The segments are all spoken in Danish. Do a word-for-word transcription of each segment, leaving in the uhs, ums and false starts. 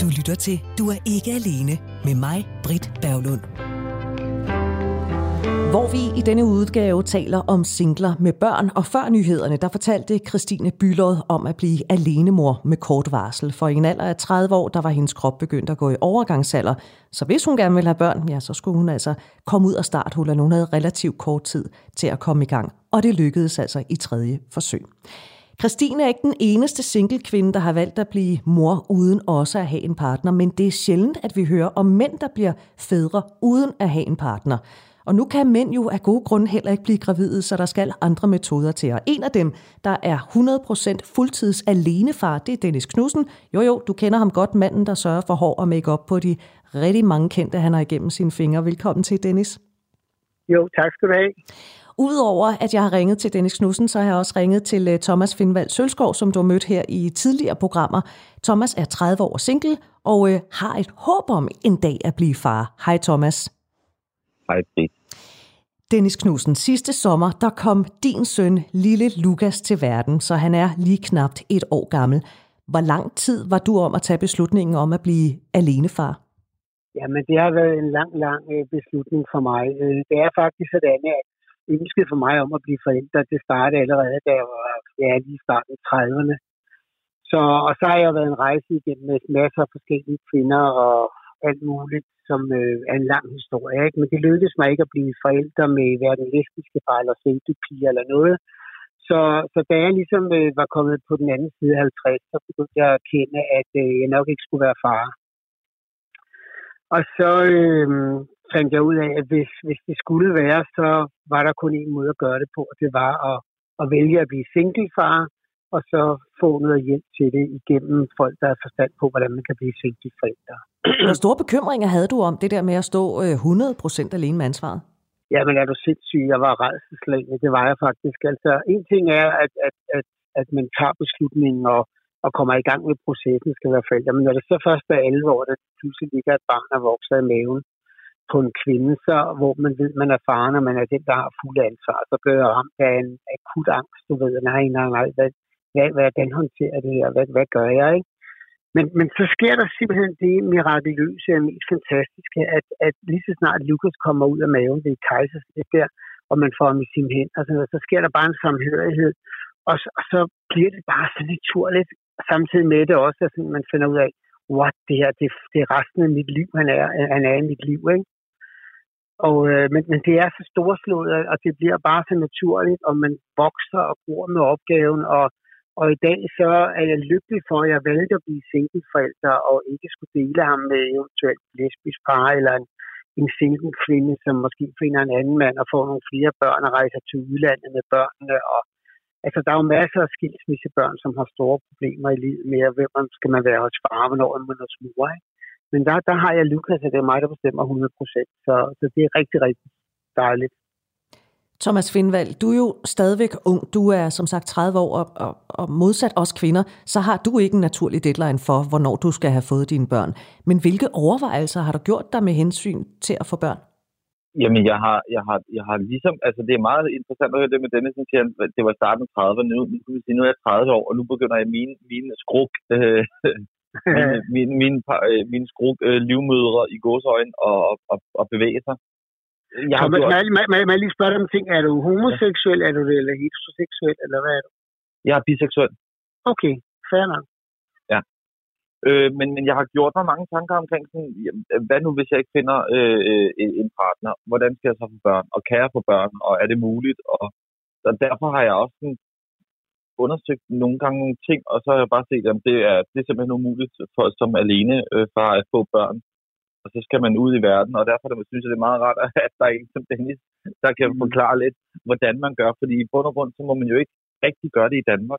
Du lytter til Du er ikke alene med mig, Britt Berglund. Hvor vi i denne udgave taler om singler med børn, og før nyhederne, der fortalte Christine Bülow om at blive alenemor med kort varsel. For i en alder af tredive år, der var hendes krop begyndt at gå i overgangsalder. Så hvis hun gerne ville have børn, ja, så skulle hun altså komme ud af starthullerne. Hun havde relativt kort tid til at komme i gang, og det lykkedes altså i tredje forsøg. Christine er ikke den eneste single-kvinde, der har valgt at blive mor uden også at have en partner, men det er sjældent, at vi hører om mænd, der bliver fædre uden at have en partner. Og nu kan mænd jo af gode grunde heller ikke blive gravide, så der skal andre metoder til. Og en af dem, der er hundrede procent fuldtids alenefar, det er Dennis Knudsen. Jo jo, du kender ham godt, manden, der sørger for hår og make-up på de rigtig mange kendte, han har igennem sine fingre. Velkommen til, Dennis. Jo, tak skal du have. Udover at jeg har ringet til Dennis Knudsen, så har jeg også ringet til Thomas Finvald Sølskov, som du har mødt her i tidligere programmer. Thomas er tredive år single og øh, har et håb om en dag at blive far. Hej Thomas. Hej Britt. Dennis Knudsen, sidste sommer, der kom din søn, lille Lukas, til verden, så han er lige knapt et år gammel. Hvor lang tid var du om at tage beslutningen om at blive alenefar? Jamen, det har været en lang, lang beslutning for mig. Det er faktisk sådan, at ønsket for mig om at blive forældre, det startede allerede, da jeg var ja, lige i starten af trediverne. Så, og så har jeg været en rejse igennem med masser af forskellige kvinder og alt muligt, som øh, er en lang historie. Ikke? Men det lykkedes mig ikke at blive forældre med hverken lesbiske par eller single-piger eller noget. Så, så da jeg ligesom øh, var kommet på den anden side af halvtreds, så begyndte jeg at kende, at øh, jeg nok ikke skulle være far. Og så øh, fandt jeg ud af, at hvis, hvis det skulle være, så var der kun en måde at gøre det på, og det var at, at vælge at blive singlefar, og så få noget hjælp til det igennem folk, der har forstand på, hvordan man kan blive singleforældre. Hvor store bekymringer havde du om det der med at stå hundrede procent alene med ansvaret? Jamen er du sindssyg? Jeg var rædselsslagen. Det var jeg faktisk. Altså, en ting er, at, at, at, at man tager beslutningen og, og kommer i gang med processen, skal være forældre. Men når det så først er elleve år, der pludselig ligger et barn, der vokser i maven på en kvinde, så hvor man ved, man er faren, og man er den, der har fuld ansvar, så bliver jeg ramt af en akut angst, du ved, nej, nej, nej, hvad, hvad, hvordan håndterer det her? Hvad, hvad gør jeg, ikke? Men, men så sker der simpelthen det mirakuløse og mest fantastiske, at, at lige så snart Lukas kommer ud af maven, det er kejsersnit der, og man får ham i sine hænder, så, så sker der bare en samhørighed, og, og så bliver det bare så naturligt, samtidig med det også, at man finder ud af, what, det her, det, det er resten af mit liv, han er, han er i mit liv, ikke? Og, øh, men, men det er så storslået, og det bliver bare så naturligt, og man vokser og gror med opgaven, og Og i dag så er jeg lykkelig for, at jeg valgte at blive singleforælder og ikke skulle dele ham med eventuelt lesbisk par eller en, en single kvinde, som måske finder en anden mand og får nogle flere børn og rejser til udlandet med børnene. Og, altså, der er jo masser af skilsmissebørn, som har store problemer i livet med, hvem skal man være hos far, hvornår man er smur. Men der, der har jeg Lukas, og det er mig, der bestemmer hundrede procent. Så, så det er rigtig, rigtig dejligt. Thomas Finvald, du er jo stadigvæk ung. Du er som sagt tredive år, og, og, og modsat os kvinder, så har du ikke en naturlig deadline for, hvornår du skal have fået dine børn. Men hvilke overvejelser har du gjort dig med hensyn til at få børn? Jamen, jeg har, jeg har, jeg har ligesom, altså det er meget interessant at høre det med Dennis, som siger, det var i starten af trediverne, nu, nu, nu er jeg tredive år, og nu begynder jeg mine, mine skruk, øh, mine, mine, mine, øh, mine skruk øh, livmødre i gåseøjne og, og, og bevæge sig. Jeg har så, gjort... må, må, må jeg lige spørge dig om ting? Er du homoseksuel, ja. Er du det, eller heteroseksuel, eller hvad er du? Jeg er biseksuel. Okay, fair nok. Ja. Øh, men, men jeg har gjort mig mange tanker omkring sådan, hvad nu hvis jeg ikke finder øh, en partner? Hvordan skal jeg så få børn? Og kan jeg få børn? Og er det muligt? Og, og derfor har jeg også sådan, undersøgt nogle gange nogle ting, og så har jeg bare set, at det er, det er simpelthen umuligt for, som alene øh, for at få børn. Og så skal man ud i verden, og derfor synes jeg, det er meget rart, at der er en som Dennis, der kan mm. forklare lidt, hvordan man gør. Fordi i bund og grund, så må man jo ikke rigtig gøre det i Danmark.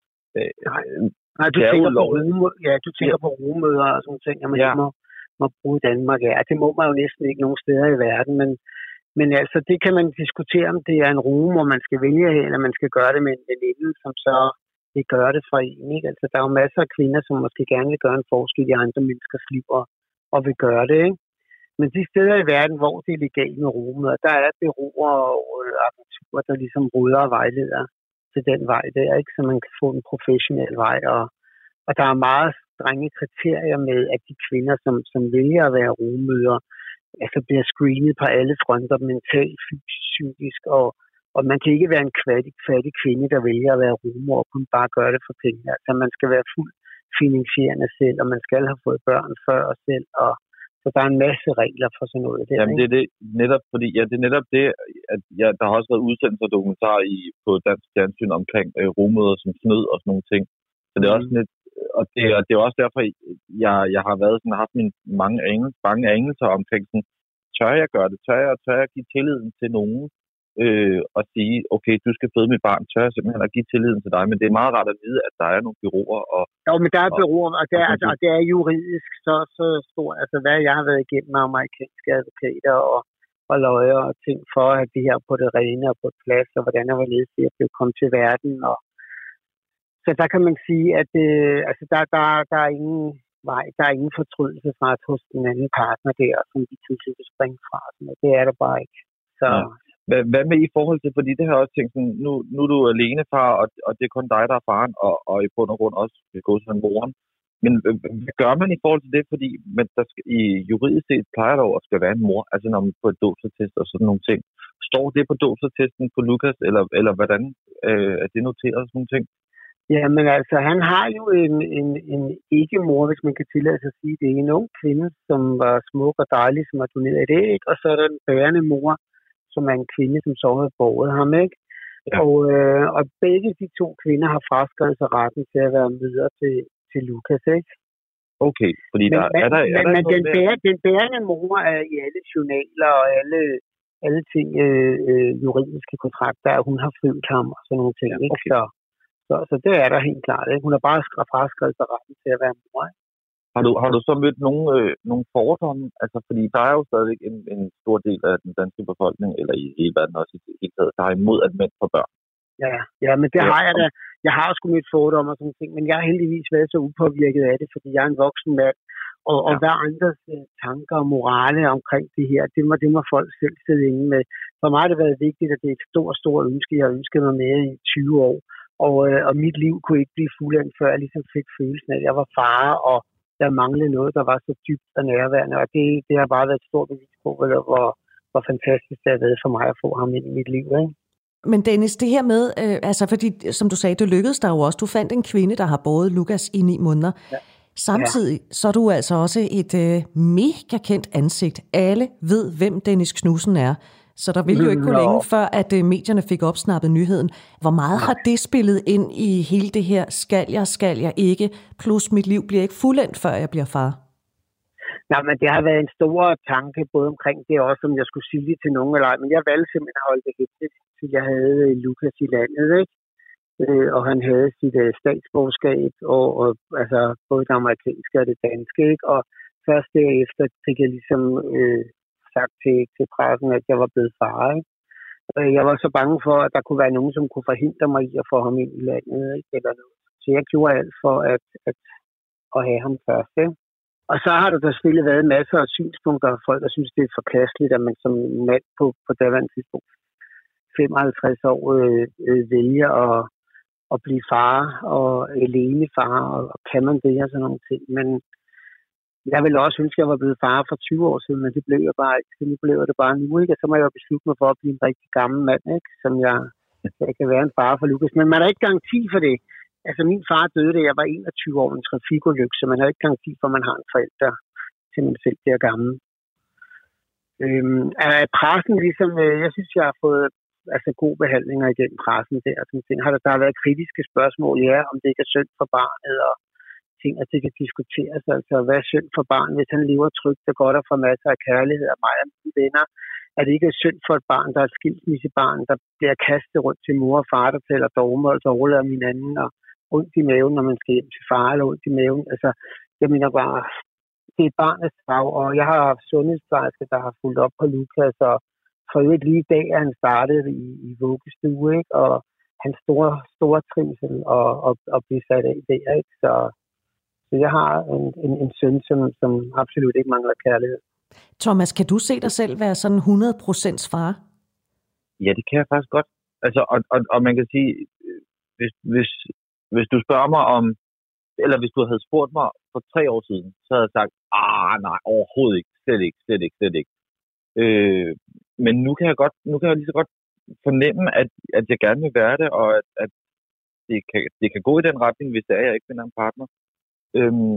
Nej, Nej du, tænker på rume, ja, du tænker ja. på rummøder og sådan ting, at man ja. ikke må, må bruge i Danmark. Ja, det må man jo næsten ikke nogen steder i verden, men, men altså, det kan man diskutere, om det er en rume, hvor man skal vælge, eller man skal gøre det med en veninde, som så vil gøre det for en. Ikke? Altså, der er jo masser af kvinder, som måske gerne vil gøre en forskel i andre menneskers liv, og og vil gøre det, ikke? Men de steder i verden, hvor det er legalt med rummet, der er bureauer og agenturer, der ligesom råder og vejleder til den vej der, ikke? Så man kan få en professionel vej, og, og der er meget strenge kriterier med, at de kvinder, som, som vælger at være rugemødre, altså bliver screenet på alle fronter, mentalt, fysisk, psykisk, og, og man kan ikke være en fattig, fattig kvinde, der vælger at være rugemor og kun bare gøre det for penge. Altså man skal være fuldt finansierende selv, og man skal have fået børn før og selv, og så der er en masse regler for sådan noget. Der, Jamen det er det, netop fordi, ja, det er netop det, at ja, der har også været udsendt og dokumentar i, på dansk fjernsyn omkring øh, rugemødre som snød og sådan nogle ting. Så det er mm. også lidt, og det, og det er også derfor, jeg, jeg har været sådan, haft mine mange engels, bange angelser omkring sådan, tør jeg gøre det? Tør jeg, tør jeg give tilliden til nogen? Øh, og sige, okay, du skal føde mit barn, tør jeg simpelthen at give tilliden til dig, men det er meget rart at vide, at der er nogle bureauer. Og, jo, men der er bureauer, og, det er, og, altså, og det er juridisk så, så stort, altså hvad jeg har været igennem med amerikanske advokater og, og løjer og ting for, at det her på det rene og på plads, og hvordan jeg var ledet til at blive kommet til verden. Og, så der kan man sige, at øh, altså, der, der, der er ingen vej, der er ingen fortrydelse fra at hos den anden partner der, som de pludselig vil springe fra. Det er der bare ikke. Så... Ja. Hvad, hvad med i forhold til, fordi det har jeg også tænkt sådan, nu, nu er du alene far, og, og det er kun dig, der er faren, og, og i bund og grund også vil gå til moren. Men hvad gør man i forhold til det? Fordi men der skal, i juridisk set plejer der jo at skal være en mor, altså når man på et dåbsattest og sådan nogle ting. Står det på dåbsattesten på Lukas, eller, eller hvordan øh, er det noteret og sådan nogle ting? Ja, men altså, han har jo en, en, en ikke-mor, hvis man kan tillade sig at sige det. En ung kvinde, som var smuk og dejlig, som har doneret et æg, og så er der den bærende mor, som er en kvinde, som så har båret ham, ikke? Ja. Og, øh, og begge de to kvinder har fraskrevet sig retten til at være videre til, til Lukas, ikke? Okay, fordi men, der er der... Men, er der men den, bære, den bærende mor er i alle journaler og alle, alle ting, øh, øh, juridiske kontrakter, at hun har født ham og sådan nogle ting, ja, okay. Ikke? Så, så, så det er der helt klart, ikke? Hun har bare fraskrevet sig retten til at være mor, ikke? Har du, har du så mødt nogle, øh, nogle fordomme? Altså, fordi der er jo stadig en, en stor del af den danske befolkning, eller i hele verden også i det hele taget, der er imod, at mænd får børn. Ja, ja, men det har jeg da. Jeg har sgu mødt fordomme og sådan ting, men jeg har heldigvis været så upåvirket af det, fordi jeg er en voksen mand, og, og ja. Hver andres uh, tanker og morale omkring det her, det må, det må folk selv sidde inde med. For mig har det været vigtigt, at det er et stort, stort ønske, jeg har ønsket mig med i tyve år, og, øh, og mit liv kunne ikke blive fuldendt, før jeg ligesom fik følelsen af, at jeg var far, og der manglede noget, der var så dybt og nærværende, og det, det har bare været et stort bevis på, hvor, hvor fantastisk det har været for mig at få ham ind i mit liv, ikke? Men Dennis, det her med, øh, altså fordi, som du sagde, det lykkedes der jo også. Du fandt en kvinde, der har båret Lukas i ni måneder. Ja. Samtidig, ja. Så er du altså også et øh, mega kendt ansigt. Alle ved, hvem Dennis Knudsen er. Så der ville jo ikke gå længe før, at øh, medierne fik opsnappet nyheden. Hvor meget har det spillet ind i hele det her, skal jeg, skal jeg ikke, plus mit liv bliver ikke fuldendt, før jeg bliver far? Nej, men det har været en stor tanke, både omkring det også, om jeg skulle sige det til nogen eller ej. Men jeg valgte simpelthen at holde det hemmeligt, til jeg havde Lukas i landet, ikke? Øh, og han havde sit øh, statsborgerskab, og, og altså både det amerikanske og det danske, ikke? Og først derefter fik jeg ligesom øh, sagt til, til pressen, at jeg var blevet far, ikke? Øh, jeg var så bange for, at der kunne være nogen, som kunne forhindre mig i at få ham ind i landet, ikke? Eller noget. Så jeg gjorde alt for at, at, at have ham først, ikke? Og så har der da selvfølgelig været masser af synspunkter af folk, der synes, det er forkasteligt, at man som mand på, på daværende tidspunkt femoghalvtreds år øh, øh, vælger at, at blive far og alene far, og, og kan man det og sådan nogle ting. Men jeg ville også ønske, at jeg var blevet far for tyve år siden, men det blev jeg bare ikke. Så nu blev det bare nu, ikke? Og så må jeg jo beslutte mig for at blive en rigtig gammel mand, ikke? Som jeg, jeg kan være en far for Lukas. Men man har ikke garanti for det. Altså, min far døde, da jeg var enogtyve år, en trafikulykke, så man har ikke garanti for, at man har en forælder, til man selv bliver gammel. Øhm, er pressen ligesom, øh, jeg synes, jeg har fået altså, gode behandlinger igennem pressen der, og sådan ting. Har der, der har været kritiske spørgsmål, ja, om det ikke er synd for barnet, og ting, at det kan diskuteres. Altså, hvad er synd for barnet, hvis han lever trygt og godt og får masser af kærlighed af mig og mine venner? Er det ikke synd for et barn, der er et skilsmissebarn, der bliver kastet rundt til mor og far, der tæller dogmer, og så overlader min anden, og ondt i maven, når man skal hjem til far, eller ondt i maven. Altså, jeg mener bare, det er barnets fag, og jeg har haft sundhedsplejersker, der har fulgt op på Lukas, og for øvrigt lige i dag, at han startede i, i vuggestue, ikke? Og hans store, store trivsel og, og, og blive sat af der, ikke? Så, så jeg har en, en, en søn, som, som absolut ikke mangler kærlighed. Thomas, kan du se dig selv være sådan hundrede procent far? Ja, det kan jeg faktisk godt. Altså, og, og, og man kan sige, hvis, hvis, hvis du spørger mig om, eller hvis du havde spurgt mig for tre år siden, så havde jeg sagt, ah nej, overhovedet ikke, slet ikke, slet ikke, slet ikke. Øh, men nu kan jeg godt, nu kan jeg lige så godt fornemme, at, at jeg gerne vil være det, og at, at det, kan, det kan gå i den retning, hvis det er, jeg ikke finder en partner. Øhm,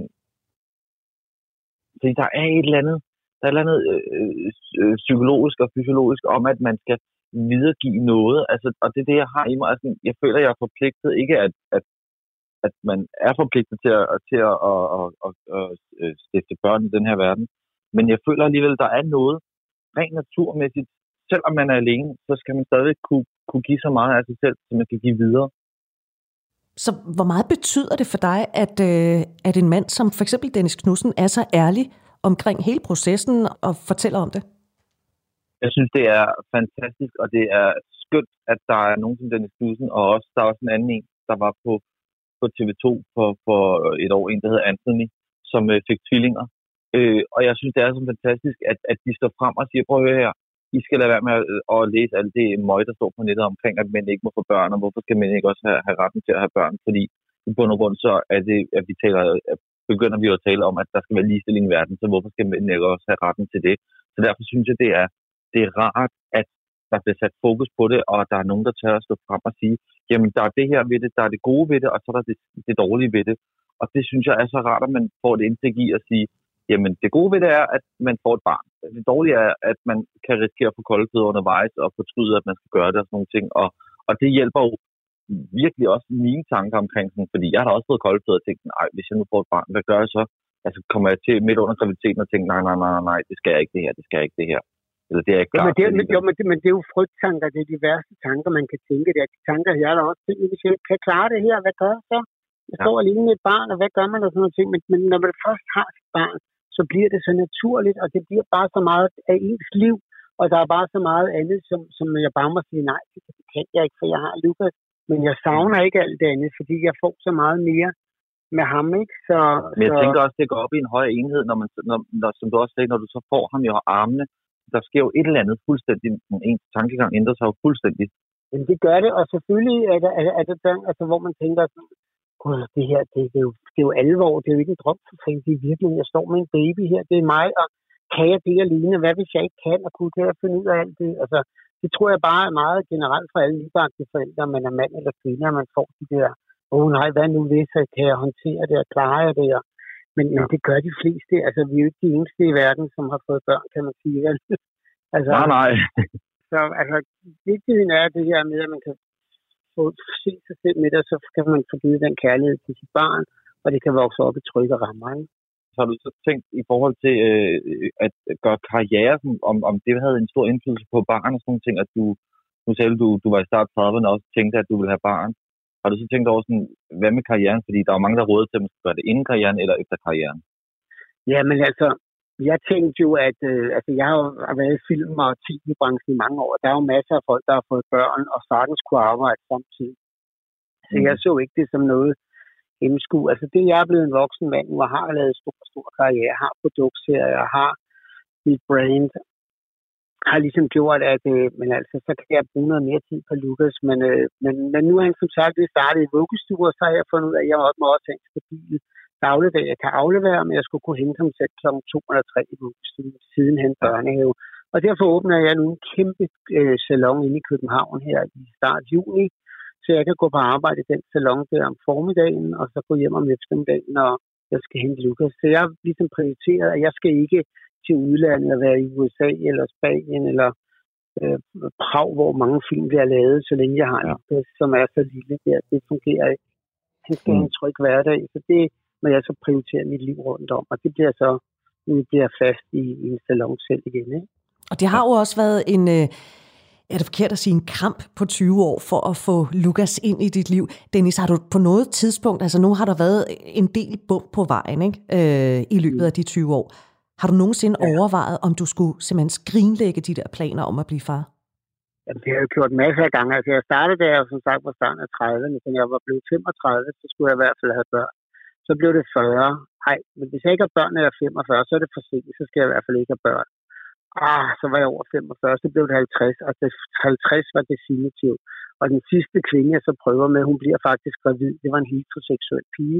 så der er et eller andet, der er et eller andet øh, øh, psykologisk og fysiologisk om, at man skal videregive noget. Altså, og det er det, jeg har i mig. Altså, jeg føler, jeg er forpligtet, ikke at, at, at man er forpligtet til at, til at, at, at, at, at, at stifte børn i den her verden, men jeg føler alligevel, der er noget rent naturmæssigt. Selvom man er alene, så skal man stadig kunne, kunne give så meget af sig selv, som man kan give videre. Så hvor meget betyder det for dig, at, øh, at en mand som for eksempel Dennis Knudsen er så ærlig omkring hele processen og fortæller om det? Jeg synes, det er fantastisk, og det er skønt, at der er nogen som Dennis Knudsen, og også, der er også en anden en, der var på, på T V to for, for et år, en der hedder Anthony, som øh, fik tvillinger. Øh, og jeg synes, det er så fantastisk, at, at de står frem og siger, prøv at høre her, I skal lade være med at, at læse alt det møg, der står på nettet omkring, at mænd ikke må få børn, og hvorfor skal mænd ikke også have, have retten til at have børn? Fordi i bund og grund så er det, at vi taler, at begynder vi at tale om, at der skal være ligestilling i verden, så hvorfor skal mænd ikke også have retten til det? Så derfor synes jeg, det er, det er rart, at der bliver sat fokus på det, og der er nogen, der tør at stå frem og sige, jamen der er det her ved det, der er det gode ved det, og så er der det, det dårlige ved det. Og det synes jeg er så rart, at man får et indsigt i at sige, jamen det gode ved det er, at man får et barn. Det dårlige er, at man kan risikere at få koldfødder undervejs og fortryde, at man skal gøre det og sådan nogle ting. Og, og det hjælper jo virkelig også mine tanker omkring sådan, fordi jeg har da også fået koldfødder og tænkt, nej, hvis jeg nu får et barn, hvad gør jeg så? Altså kommer jeg til midt under graviditeten og tænker, nej, nej, nej, nej, det skal jeg ikke det her, det skal jeg ikke det her. Eller det er ikke klart. Jo, men det, men, jo, men, det, men det er jo frygttanker, det er de værste tanker, man kan tænke. Det er de tanker, jeg har da også tænkt, hvis jeg ikke kan klare det her, hvad gør jeg så? Jeg står ja. alene med et barn, og hvad gør man og sådan noget ting? Men, men når man først har sit barn, så bliver det så naturligt, og det bliver bare så meget af ens liv, og der er bare så meget andet, som, som jeg bare må sige nej til. Det kan jeg ikke, for jeg har Lukas. Men jeg savner ikke alt det andet, fordi jeg får så meget mere med ham, ikke? Så, men jeg så... tænker også, det går op i en højere enhed, når man, når, når, som du også sagde, når du så får ham i armene, der sker jo et eller andet fuldstændig, ens tankegang ændrer sig jo fuldstændig. Men det gør det, og selvfølgelig er det, er det der, altså, hvor man tænker, gud, det her, det, det, er jo, det er jo alvor, det er jo ikke en drøm for fanden, det er virkelig, jeg står med en baby her, det er mig, og kan jeg det alene, hvad hvis jeg ikke kan, og kunne kan jeg finde ud af alt det, altså, det tror jeg bare er meget generelt for alle nybagte forældre, om man er mand eller kvinde, at man får de der, åh oh, nej, hvad nu hvis, kan jeg håndtere det, og klare jeg det, og Men, men det gør de fleste. Altså, vi er jo ikke de eneste i verden, som har fået børn, kan man sige. altså, nej, nej. så altså, vigtigheden er det her med, at man kan få se sig selv med det, og så kan man forbyde den kærlighed til sit barn, og det kan vokse op i trygge rammer. Ikke? Så har du så tænkt i forhold til øh, at gøre karriere, om, om det havde en stor indflydelse på barn og sådan nogle ting, at du, nu selv du, du var i start trediverne og også tænkte, at du ville have barn. Har du så tænkt over sådan, hvad med karrieren? Fordi der er jo mange, der råder til, at man skal gøre det inden karrieren eller efter karrieren. Ja, men altså, jeg tænkte jo, at øh, altså, jeg har jo været i film- og T V-branchen i mange år. Der er jo masser af folk, der har fået børn og sagtens kunne arbejde samtidig. Så jeg så ikke det som noget hemsko. Altså det, jeg er blevet en voksen mand, og har lavet stor, stor karriere, har produktserier, har mit brand, har ligesom gjort, at øh, men altså, så kan jeg bruge noget mere tid på Lukas. Men, øh, men, men nu er han som sagt lige startet i vuggestuer, så har jeg fundet ud af, at jeg må også have en stabil dagligdag, jeg kan aflevere, men jeg skulle kunne hente ham selv klokken to eller tre i vuggestuen, siden han børnehave. Og derfor åbner jeg nu en kæmpe øh, salon inde i København her i start juni, så jeg kan gå på arbejde i den salon der om formiddagen, og så gå hjem om eftermiddagen, når jeg skal hente Lukas. Så jeg har ligesom prioriteret, at jeg skal ikke til udlandet at være i U S A eller Spanien eller øh, Prag, hvor mange film bliver lavet, så længe jeg har en ja. som er så lille der. Det fungerer ikke. Han skal mm. have en tryg hverdag, så det må jeg så prioritere mit liv rundt om, og det bliver så, nu bliver fast i, i en salon selv igen. Ikke? Og det har jo også været en, øh, er det forkert at sige, en kamp på tyve år for at få Lukas ind i dit liv. Dennis, har du på noget tidspunkt, altså nu har der været en del bump på vejen, ikke? Øh, i løbet af de tyve år. Har du nogensinde ja. overvejet, om du skulle simpelthen skrinlægge de der planer om at blive far? Jamen, det har jeg gjort masser af gange. Altså, jeg startede der, som sagt, på starten af trediverne. Da jeg var blevet femogtredive, så skulle jeg i hvert fald have børn. Så blev det fyrre. Nej, men hvis jeg ikke har børn, når jeg er femogfyrre, så er det for sent. Så skal jeg i hvert fald ikke have børn. Ah, så var jeg over femogfyrre, så blev det halvtreds. Og det halvtreds var definitivt. Og den sidste kvinde, jeg så prøver med, hun bliver faktisk gravid. Det var en heteroseksuel pige.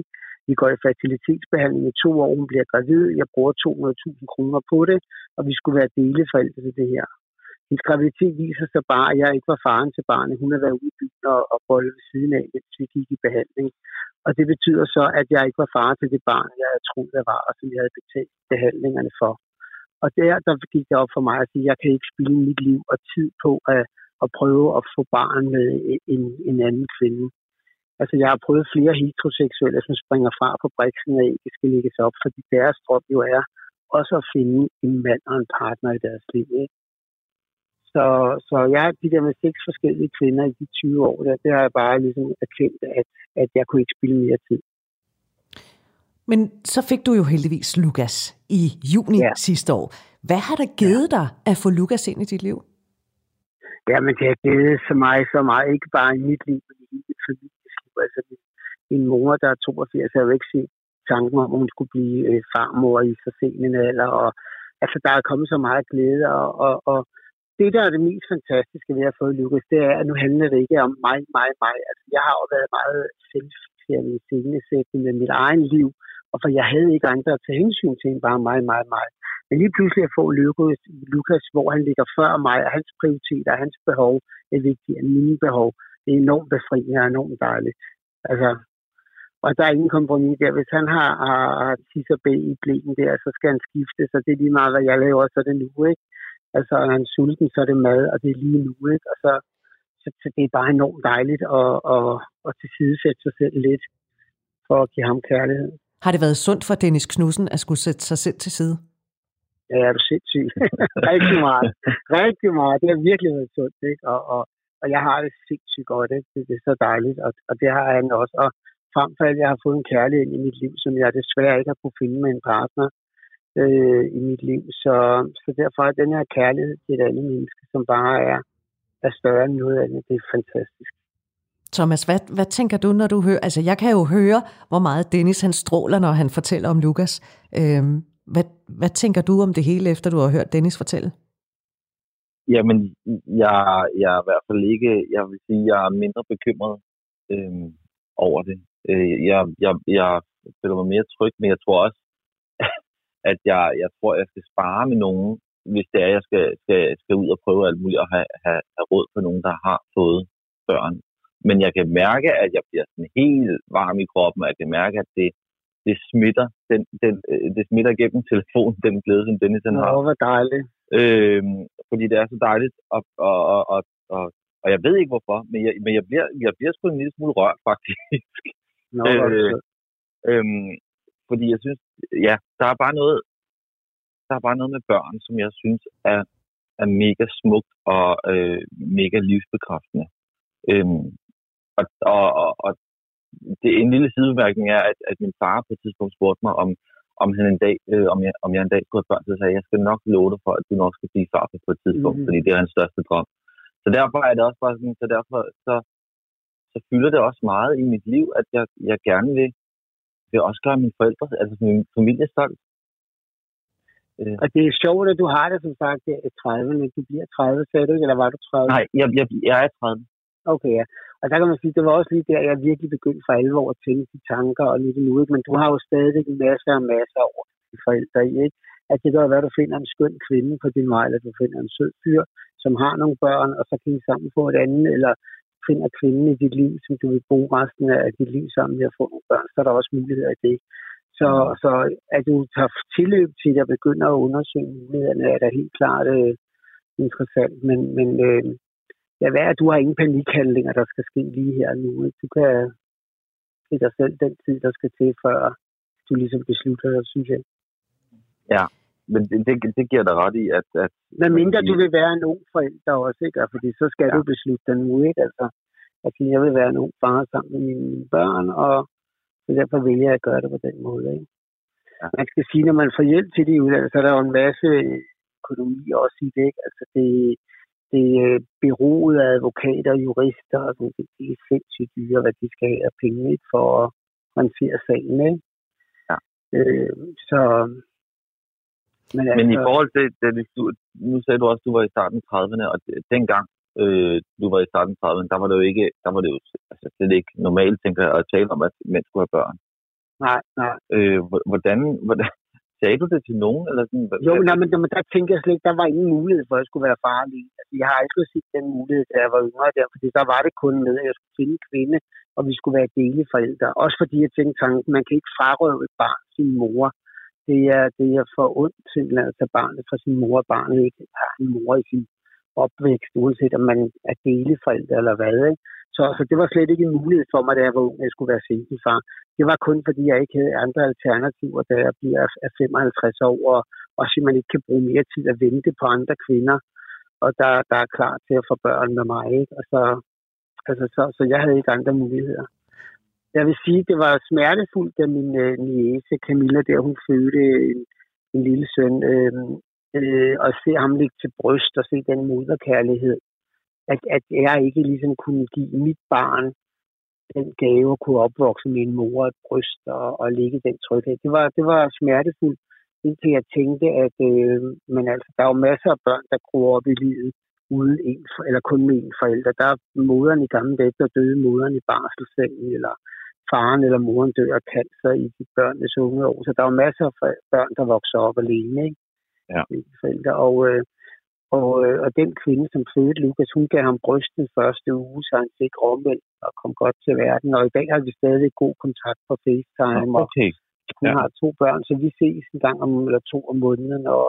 Vi går i fertilitetsbehandling i to år, hun bliver gravid, jeg bruger to hundrede tusind kroner på det, og vi skulle være deleforældre til det her. Hendes graviditet viser sig bare, at jeg ikke var faren til barnet. Hun har været ude i byen og, og bolle ved siden af, mens vi gik i behandling. Og det betyder så, at jeg ikke var far til det barn, jeg havde troet, jeg var, og som jeg havde betalt behandlingerne for. Og der, der gik det op for mig at sige, at jeg kan ikke spilde mit liv og tid på at, at prøve at få barn med en, en anden kvinde. Altså, jeg har prøvet flere heteroseksuelle, som springer fra på briksen, og ikke skal lægges op, fordi deres drøm jo er også at finde en mand og en partner i deres liv, ikke? Så, så jeg har de der med seks forskellige kvinder i de tyve år, der, det har jeg bare ligesom erkendt, at, at jeg kunne ikke spille mere tid. Men så fik du jo heldigvis Lukas i juni ja. sidste år. Hvad har der givet dig at få Lukas ind i dit liv? Jamen, det har givet så meget, så meget. Ikke bare i mit liv, men i mit families liv. Altså, min mor, der er toogfirs, har jo ikke set tanken om, at hun skulle blive øh, farmor i så sen en alder. Og, altså, der er kommet så meget glæde, og, og, og det, der er det mest fantastiske ved at få Lukas, det er, at nu handler det ikke om mig, mig, mig. Altså, jeg har jo været meget selvfixeret i scenesætning med mit egen liv, og for jeg havde ikke andre at tage hensyn til end bare mig, mig, mig. Men lige pludselig at få Lukas, Lukas, hvor han ligger før mig, og hans prioriteter og hans behov er vigtige end mine behov. Det er enormt befriende og enormt dejligt. Altså, og der er ingen kompromis der. Hvis han har, har, har tis og B i blæken der, så skal han skifte, så det er lige meget, hvad jeg laver, så er det nu, ikke? Altså, når han er sulten, så er det mad, og det er lige nu, ikke? Og så, så, så det er bare enormt dejligt at, at, at tilsidesætte sig selv lidt, for at give ham kærlighed. Har det været sundt for Dennis Knudsen at skulle sætte sig selv til side? Ja, er du sindssyg. Rigtig meget. Rigtig meget. Det har virkelig været sundt, ikke? Og, og, og jeg har det sindssygt godt, ikke? Det, det er så dejligt, og, og det har han også. Og frem for alt, jeg har fået en kærlighed i mit liv, som jeg desværre ikke har kunnet finde med en partner øh, i mit liv. Så, så derfor er den her kærlighed til et andet menneske, som bare er, er større end noget andet, det er fantastisk. Thomas, hvad, hvad tænker du, når du hører... Altså, jeg kan jo høre, hvor meget Dennis han stråler, når han fortæller om Lukas. Øhm, hvad, hvad tænker du om det hele, efter du har hørt Dennis fortælle? Jamen, jeg, jeg er i hvert fald ikke... Jeg vil sige, jeg er mindre bekymret øhm, over det. Øh, jeg, jeg, jeg føler mig mere tryg, men jeg tror også, at jeg, jeg tror, at jeg skal spare med nogen, hvis det er, at jeg skal, skal, skal ud og prøve alt muligt og have, have, have råd for nogen, der har fået børn. Men jeg kan mærke, at jeg bliver sådan helt varm i kroppen, og jeg kan mærke, at det, det smitter. Den, den, det smitter gennem telefonen, den glæde, som Dennis har. Nå, hvor dejligt. Øhm, fordi det er så dejligt, og, og, og, og, og, og jeg ved ikke hvorfor, men jeg, men jeg bliver, jeg bliver sgu en lille smule rørt, faktisk. Nå, øh, øhm, fordi jeg synes, ja, der er bare noget, der er bare noget med børn, som jeg synes er, er mega smukt og øh, mega livsbekræftende. Øhm, Og, og, og, og det en lille sidebemærkning er, at, at min far på et tidspunkt spurgte mig, om, om, han en dag, øh, om, jeg, om jeg en dag skulle have børn, så sagde jeg, jeg skal nok love dig for, at du nok skal blive far på et tidspunkt, mm. fordi det er hans største drøm. Så derfor er det også bare sådan, så derfor så, så fylder det også meget i mit liv, at jeg, jeg gerne vil, vil også gøre mine forældre, altså min familie stolt. Øh. Og det er sjovt, at du har det, som sagt, i trediverne. Du bliver tredive, sagde du ikke, eller var du tredive? Nej, jeg, jeg, jeg er tredive. Okay, ja. Og der kan man sige, det var også lige der, jeg virkelig begyndte for alvor at tænke de tanker og lidt nu, ikke? Men du har jo stadig en masse og masser over de forældre i, ikke? At det kan være, at du finder en skøn kvinde på din vej, eller du finder en sød fyr, som har nogle børn, og så kan I sammen få et andet, eller finder kvinden i dit liv, som du vil bruge resten af dit liv sammen med at få nogle børn, så er der også muligheder i det. Så, så at du tager tilløb til at begynde at undersøge mulighederne, er da helt klart øh, interessant, men, men øh, ja, hvad er, du har ingen panikhandlinger, der skal ske lige her nu. Du kan give dig selv den tid, der skal til, før du ligesom beslutter dig, synes jeg. Ja, men det, det, det giver dig ret i, at... at men mindre du vil være en ung forælder også, ikke? Fordi så skal ja. du beslutte dig nu, ikke? Altså, at jeg vil være en ung far sammen med mine børn, og så derfor vælger jeg at gøre det på den måde, ikke? Ja. Man skal sige, når man får hjælp til de uddannelser, så er der jo en masse økonomi også i det, ikke? Altså, det det er bureauet af advokater og jurister, og sådan, det er sindssygt dyre, hvad de skal have af penge, ikke, for at håndtere sagen, ikke? Ja. Øh, så... Men, altså, men i forhold til, det, du, nu sagde du også, at du var i starten af trediverne, og det, dengang øh, du var i starten af trediverne, der var det jo ikke, der var det jo altså, det er ikke normalt, tænker jeg, at tale om, at mænd skulle have børn. Nej, nej. Øh, hvordan, hvordan, sagde du det til nogen? Eller sådan, jo, nej, men, men der tænker jeg slet ikke, der var ingen mulighed for, at jeg skulle være far alene. Altså, jeg har aldrig set den mulighed, da jeg var yngre der, fordi der var det kun med, at jeg skulle finde en kvinde, og vi skulle være deleforældre. Også fordi jeg tænkte tanken, man kan ikke frarøve et barn sin mor. Det er, det er for ondt simpelthen at tage barnet fra sin mor, og barnet ikke har en mor i sin opvækst, uanset om man er deleforældre eller hvad, ikke? Så, så det var slet ikke en mulighed for mig, da jeg var ung, at jeg skulle være singlefar. Det var kun fordi, jeg ikke havde andre alternativer, da jeg bliver af femoghalvtreds år, og også man ikke kan bruge mere tid at vente på andre kvinder, og der, der er klar til at få børn med mig, ikke? Og så, altså, så, så jeg havde ikke andre muligheder. Jeg vil sige, det var smertefuldt, da min øh, niece Camilla, der hun fødte en, en lille søn, øh, øh, og se ham ligge til bryst, og se den moderkærlighed. At, at jeg ikke ligesom kunne give mit barn den gave at kunne opvokse med en mor og et bryst og, og ligge den tryghed. Det var, det var smertefuldt, indtil jeg tænkte, at øh, men altså, der er jo masser af børn, der gror op i livet uden en, eller kun med en forælder. Der er moderen i gamle dage, der døde moderen i barselssengen, eller faren eller moren dør af cancer i de børnenes unge år. Så der er jo masser af børn, der vokser op alene, ikke? Ja. Forældre. Og øh, Og, og den kvinde, som fødte Lukas, hun gav ham brystet første uge, så han fik omvendt og kom godt til verden. Og i dag har vi stadig god kontakt på FaceTime. Okay. Og hun ja. har to børn, så vi ses en gang om eller to om måneden. Og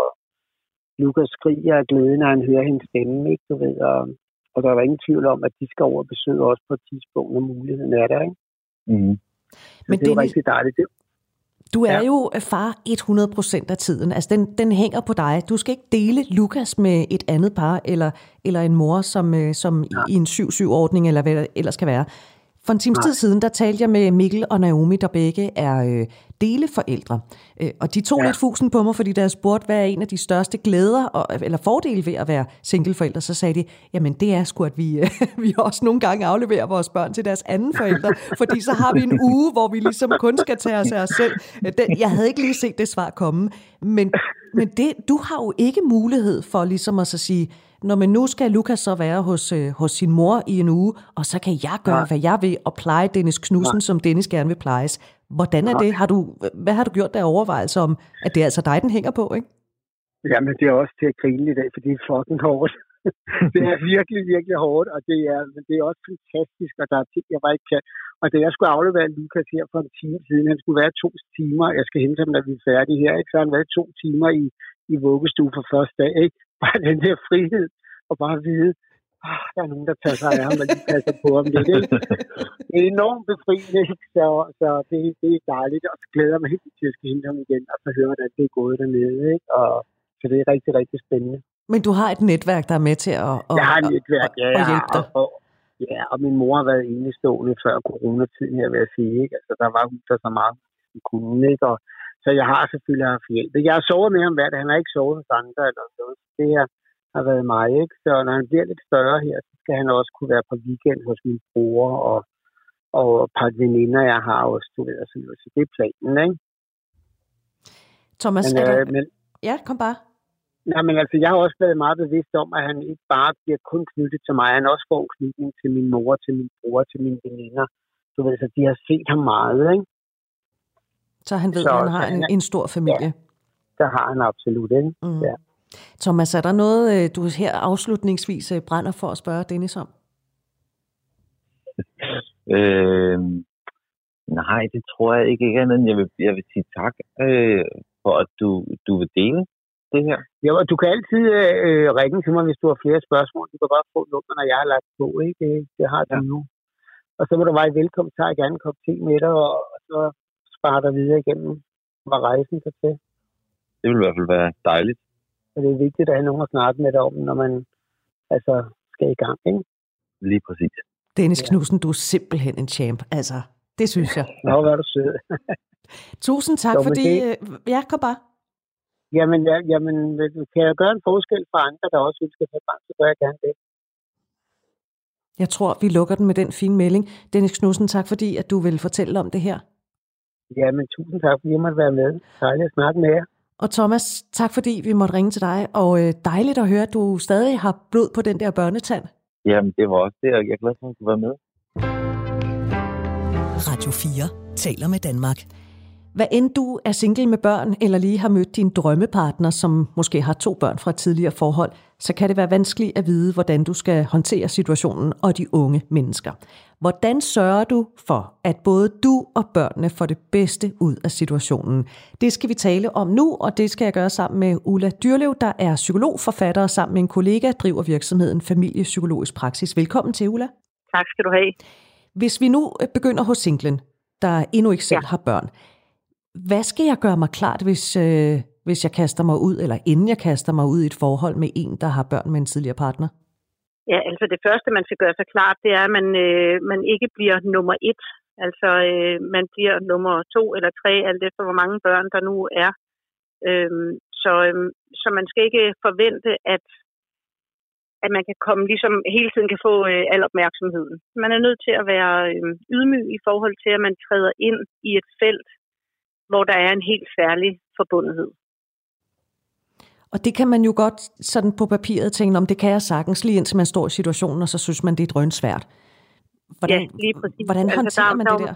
Lukas skriger af glæde, når han hører hendes stemme, ikke? Du ved, og, og der var ingen tvivl om, at de skal over besøge os på et tidspunkt, når muligheden er der, ikke? Mm-hmm. Men det er rigtig dejligt. Det Du er ja. jo far hundrede procent af tiden. Altså, den, den hænger på dig. Du skal ikke dele Lukas med et andet par, eller, eller en mor, som, som ja. i en syv syv ordning eller hvad det ellers skal være. For en times tid siden, der talte jeg med Mikkel og Naomi, der begge er øh, deleforældre. Øh, og de tog ja. lidt fusen på mig, fordi der spurgte, hvad er en af de største glæder og, eller fordele ved at være singleforældre. Så sagde de, jamen det er sgu, at vi, øh, vi også nogle gange afleverer vores børn til deres anden forældre, fordi så har vi en uge, hvor vi ligesom kun skal tage os af os selv. Den, jeg havde ikke lige set det svar komme, men, men det, du har jo ikke mulighed for ligesom at så sige, når men nu skal Lukas så være hos, øh, hos sin mor i en uge, og så kan jeg gøre, ja. hvad jeg vil, og pleje Dennis Knudsen, ja. som Dennis gerne vil plejes. Hvordan er ja. det? Har du, hvad har du gjort der overvejelse om, at det er altså dig, den hænger på, ikke? Jamen, det er også til at grine i dag, for det er fucking hårdt. Det er virkelig, virkelig hårdt, og det er, men det er også fantastisk, og der er ting, jeg bare ikke kan. Og da jeg skulle aflevere Lukas her for en time siden, han skulle være to timer, jeg skal hente ham, når vi er færdige her, ikke? Så han været to timer i, i vuggestue for første dag, ikke? Bare den der frihed, og bare vide, ah, der er nogen, der tager sig af ham, og de passer på ham lidt, ikke? Det er enormt befriende, ikke? Så, så det, det er dejligt, og så glæder mig helt til at skal hente ham igen, og så høre, hvordan det er gået dernede, ikke? Og, så det er rigtig, rigtig spændende. Men du har et netværk, der er med til at, at, jeg har et netværk, ja, at hjælpe dig. Og, og, ja, og min mor har været enestående før coronatiden, her vil jeg sige, ikke? Altså, der var hun der så meget, hun kunne, ikke? Og, så jeg har selvfølgelig haft hjælp. Jeg har sovet med ham hver dag. Han har ikke sovet hos andre eller noget. Det her har været mig, ikke? Så når han bliver lidt større her, så skal han også kunne være på weekend hos min bror og, og et par veninder, jeg har også, du ved, så, så det er planen, ikke? Thomas, men, er der... men, ja, kom bare. Nej, men altså, jeg har også været meget bevidst om, at han ikke bare bliver kun knyttet til mig. Han også får en knytning til min mor, til min bror, til mine veninder. Du ved, så de har set ham meget, ikke? Så han ved, så, at han har en, en stor familie. Ja, det har han absolut, ikke? Mm. Ja. Thomas, er der noget, du her afslutningsvis brænder for at spørge Dennis om? øh, nej, det tror jeg ikke. ikke andet. Jeg vil, jeg vil sige tak øh, for, at du, du vil dele det her. Ja, og du kan altid øh, ringe til mig, hvis du har flere spørgsmål. Du kan bare få nummer, når jeg har lagt på, ikke? Det, det har du ja. nu. Og så må du være velkommen, tager jeg gerne en kop te med dig, og, og så sparer dig videre igennem, hvad rejsen kan til. Det vil i hvert fald være dejligt. Så det er vigtigt at have nogen at snakke med dig om, når man altså skal i gang, ikke? Lige præcis. Dennis Knudsen, du er simpelthen en champ. Altså, det synes jeg. Nå, hvor er du sød. Tusind tak, så, fordi... Det... Ja, kom bare. Jamen, ja, jamen, kan jeg gøre en forskel for andre, der også ønsker at tage barn, så gør jeg gerne det. Jeg tror, vi lukker den med den fine melding. Dennis Knudsen, tak fordi, at du vil fortælle om det her. Jamen, tusind tak, fordi jeg måtte være med. Dejligt at snakke med jer. Og Thomas, tak fordi vi måtte ringe til dig, og dejligt at høre, at du stadig har blod på den der børnetand. Jamen, det var også det, og jeg er glad for, at du var med. Radio fire taler med Danmark. Hvad end du er single med børn, eller lige har mødt din drømmepartner, som måske har to børn fra et tidligere forhold, så kan det være vanskeligt at vide, hvordan du skal håndtere situationen og de unge mennesker. Hvordan sørger du for, at både du og børnene får det bedste ud af situationen? Det skal vi tale om nu, og det skal jeg gøre sammen med Ulla Dyrlev, der er psykologforfatter, og sammen med en kollega driver virksomheden Familiepsykologisk Praksis. Velkommen til, Ulla. Tak skal du have. Hvis vi nu begynder hos singlen, der endnu ikke selv ja. har børn, hvad skal jeg gøre mig klart, hvis, øh, hvis jeg kaster mig ud, eller inden jeg kaster mig ud i et forhold med en, der har børn med en tidligere partner? Ja, altså det første, man skal gøre sig klart, det er, at man, øh, man ikke bliver nummer et. Altså øh, man bliver nummer to eller tre, alt efter hvor mange børn der nu er. Øhm, så, øhm, så man skal ikke forvente, at, at man kan komme, ligesom hele tiden kan få øh, al opmærksomheden. Man er nødt til at være øh, ydmyg i forhold til, at man træder ind i et felt, hvor der er en helt særlig forbundethed. Og det kan man jo godt sådan på papiret tænke om, det kan jeg sagtens, lige indtil man står i situationen, og så synes man, det er drønsvært. Hvordan, ja, lige præcis. Hvordan håndterer altså, man det der?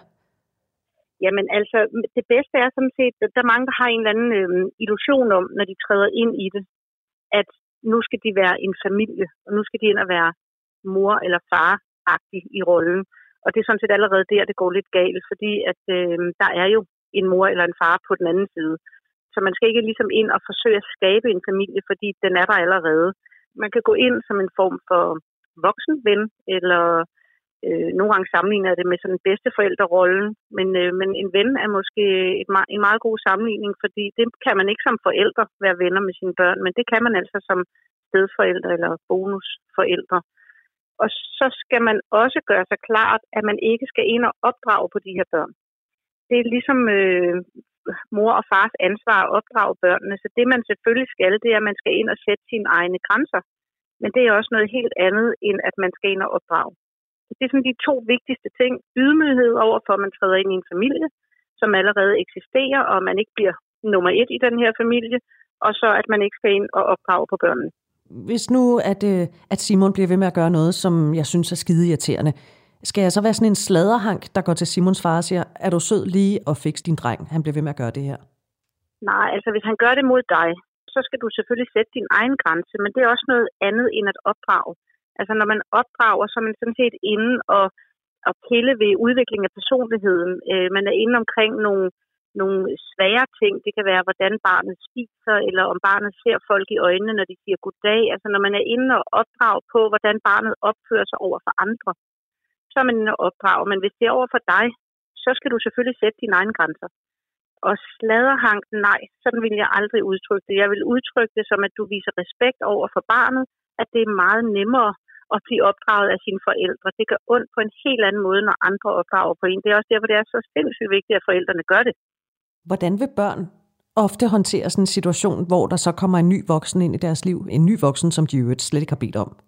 Jamen altså, det bedste er sådan set, at der er mange, der har en eller anden øh, illusion om, når de træder ind i det, at nu skal de være en familie, og nu skal de ind og være mor eller far-agtig i rollen. Og det er sådan set allerede der, det går lidt galt, fordi at øh, der er jo en mor eller en far på den anden side. Så man skal ikke ligesom ind og forsøge at skabe en familie, fordi den er der allerede. Man kan gå ind som en form for voksenven, eller øh, nogle gange sammenligner det med sådan en bedsteforældrerollen, men, øh, men en ven er måske et, en meget god sammenligning, fordi det kan man ikke som forældre være venner med sine børn, men det kan man altså som stedforældre eller bonusforældre. Og så skal man også gøre sig klart, at man ikke skal ind og opdrage på de her børn. Det er ligesom øh, mor og fars ansvar at opdrage børnene, så det man selvfølgelig skal, det er, at man skal ind og sætte sine egne grænser. Men det er også noget helt andet, end at man skal ind og opdrage. Det er sådan de to vigtigste ting. Ydmyghed overfor, at man træder ind i en familie, som allerede eksisterer, og man ikke bliver nummer et i den her familie, og så at man ikke skal ind og opdrage på børnene. Hvis nu, at, at Simon bliver ved med at gøre noget, som jeg synes er skide irriterende, skal jeg så være sådan en sladderhank, der går til Simons far og siger, er du sød lige og fikse din dreng? Han bliver ved med at gøre det her. Nej, altså hvis han gør det mod dig, så skal du selvfølgelig sætte din egen grænse, men det er også noget andet end at opdrage. Altså når man opdrager, så er man sådan set inde og, og pille ved udvikling af personligheden. Øh, man er inde omkring nogle, nogle svære ting. Det kan være, hvordan barnet spiser, eller om barnet ser folk i øjnene, når de siger goddag. Altså når man er inde og opdrager på, hvordan barnet opfører sig over for andre, så er man inde og opdrage. Men hvis det er over for dig, så skal du selvfølgelig sætte dine egne grænser. Og sladderhank, nej, sådan vil jeg aldrig udtrykke det. Jeg vil udtrykke det som, at du viser respekt over for barnet, at det er meget nemmere at blive opdraget af sine forældre. Det gør ondt på en helt anden måde, når andre opdrager på en. Det er også derfor, det er så sindssygt vigtigt, at forældrene gør det. Hvordan vil børn ofte håndtere sådan en situation, hvor der så kommer en ny voksen ind i deres liv? En ny voksen, som de jo slet ikke har bedt om?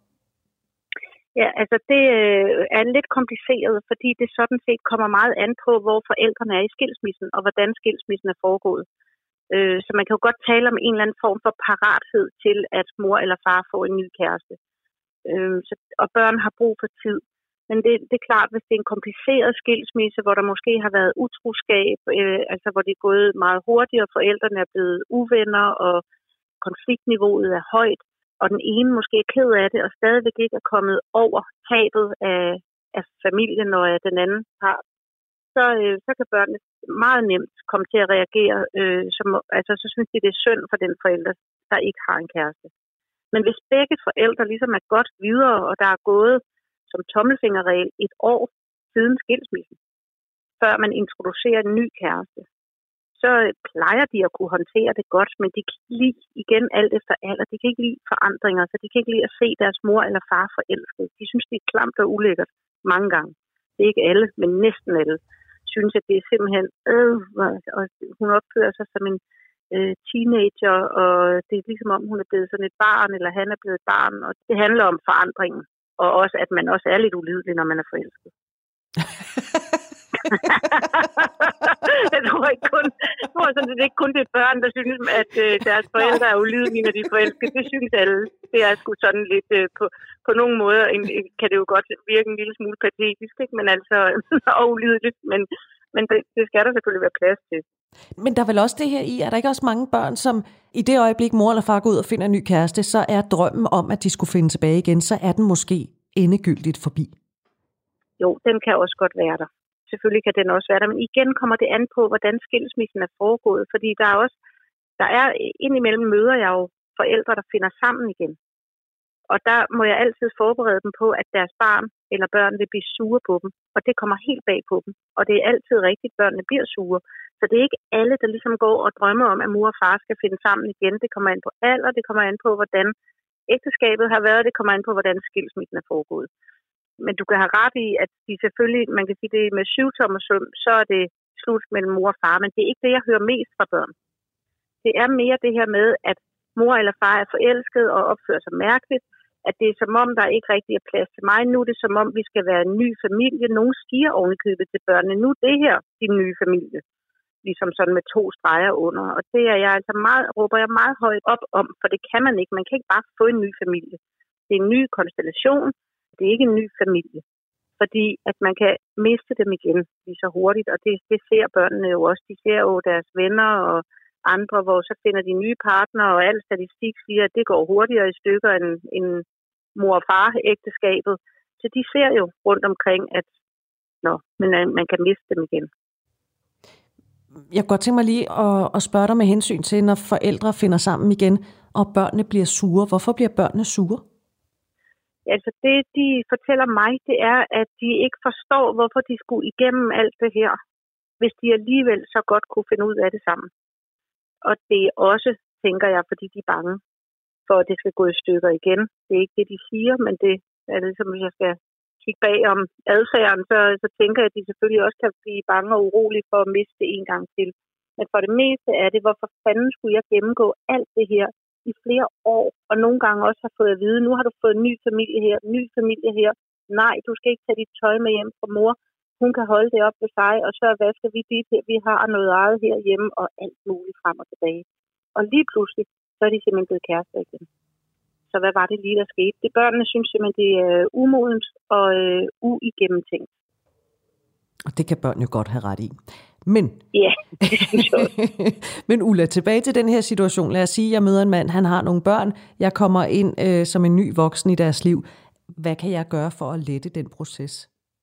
Ja, altså det er lidt kompliceret, fordi det sådan set kommer meget an på, hvor forældrene er i skilsmissen, og hvordan skilsmissen er foregået. Så man kan jo godt tale om en eller anden form for parathed til, at mor eller far får en ny kæreste. Og børn har brug for tid. Men det, det er klart, hvis det er en kompliceret skilsmisse, hvor der måske har været utroskab, altså hvor det er gået meget hurtigt, og forældrene er blevet uvenner, og konfliktniveauet er højt, og den ene måske er ked af det, og stadigvæk ikke er kommet over tabet af, af familien og af den anden part, så, øh, så kan børnene meget nemt komme til at reagere. Øh, som, altså, så synes de, det er synd for den forælder, der ikke har en kæreste. Men hvis begge forældre ligesom er godt videre, og der er gået som tommelfingerregel et år siden skilsmissen, før man introducerer en ny kæreste, så plejer de at kunne håndtere det godt, men de kan ikke lide, igen alt efter alder, de kan ikke lide forandringer, så de kan ikke lide at se deres mor eller far forelsket. De synes, det er klamt og ulækkert mange gange. Det er ikke alle, men næsten alle synes, at det er simpelthen, øh, og hun opfører sig som en øh, teenager, og det er ligesom om, hun er blevet sådan et barn, eller han er blevet et barn, og det handler om forandringen, og også, at man også er lidt ulidelig, når man er forelsket. jeg tror ikke kun, jeg tror sådan, det er ikke kun det børn, der synes, at øh, deres forældre er ulydige, når de er forelskede. Det synes alle. Det er sgu sådan lidt øh, på, på nogle måder, en, kan det jo godt virke en lille smule patetisk, ikke? Men altså, og ulydeligt, men, men det, det skal der selvfølgelig være plads til. Men der er vel også det her i, er der ikke også mange børn, som i det øjeblik mor eller far går ud og finder en ny kæreste, så er drømmen om, at de skulle finde tilbage igen, så er den måske endegyldigt forbi? Jo, den kan også godt være der. Selvfølgelig kan den også være der, men igen kommer det an på, hvordan skilsmissen er foregået, fordi der er også, der er indimellem møder jeg jo forældre, der finder sammen igen. Og der må jeg altid forberede dem på, at deres barn eller børn vil blive sure på dem, og det kommer helt bag på dem. Og det er altid rigtigt, at børnene bliver sure. Så det er ikke alle, der ligesom går og drømmer om, at mor og far skal finde sammen igen. Det kommer an på alder, det kommer an på, hvordan ægteskabet har været, det kommer an på, hvordan skilsmissen er foregået. Men du kan have ret i, at de selvfølgelig, man kan sige det med syvtommersøm, så er det slut mellem mor og far, men det er ikke det, jeg hører mest fra børn. Det er mere det her med, at mor eller far er forelsket og opfører sig mærkeligt, at det er som om, der ikke rigtig er plads til mig. Nu er det som om, vi skal være en ny familie. Nogle stiger ovenikøbet til børnene. Nu er det her din nye familie. Ligesom sådan med to streger under. Og det er jeg altså meget, råber jeg meget højt op om, for det kan man ikke. Man kan ikke bare få en ny familie. Det er en ny konstellation. Det er ikke en ny familie. Fordi at man kan miste dem igen lige så hurtigt. Og det, det ser børnene jo også. De ser jo deres venner og andre, hvor så finder de nye partnere, og al statistik siger, at det går hurtigere i stykker end, end mor- og far-ægteskabet. Så de ser jo rundt omkring, at nå, men man kan miste dem igen. Jeg kunne godt tænke mig lige at, at spørge dig med hensyn til, når forældre finder sammen igen, og børnene bliver sure. Hvorfor bliver børnene sure? Altså det, de fortæller mig, det er, at de ikke forstår, hvorfor de skulle igennem alt det her, hvis de alligevel så godt kunne finde ud af det sammen. Og det er også, tænker jeg, fordi de er bange for, at det skal gå i stykker igen. Det er ikke det, de siger, men det er ligesom, hvis jeg skal kigge bag om adfærden, så, så tænker jeg, at de selvfølgelig også kan blive bange og urolige for at miste det en gang til. Men for det meste er det, hvorfor fanden skulle jeg gennemgå alt det her i flere år, og nogle gange også har fået at vide, nu har du fået en ny familie her, en ny familie her. Nej, du skal ikke tage dit tøj med hjem fra mor. Hun kan holde det op ved sig, og så vasker vi dit her. Vi har noget eget herhjemme, og alt muligt frem og tilbage. Og lige pludselig, så er de simpelthen blevet kærester igen. Så hvad var det lige, der skete? Det børnene synes simpelthen, det er umodent og øh, uigennemtænkt. Og det kan børn jo godt have ret i. Men, ja, det synes jeg også. Men Ulla, tilbage til den her situation. Lad os sige, at jeg møder en mand, han har nogle børn. Jeg kommer ind øh, som en ny voksen i deres liv. Hvad kan jeg gøre for at lette den proces?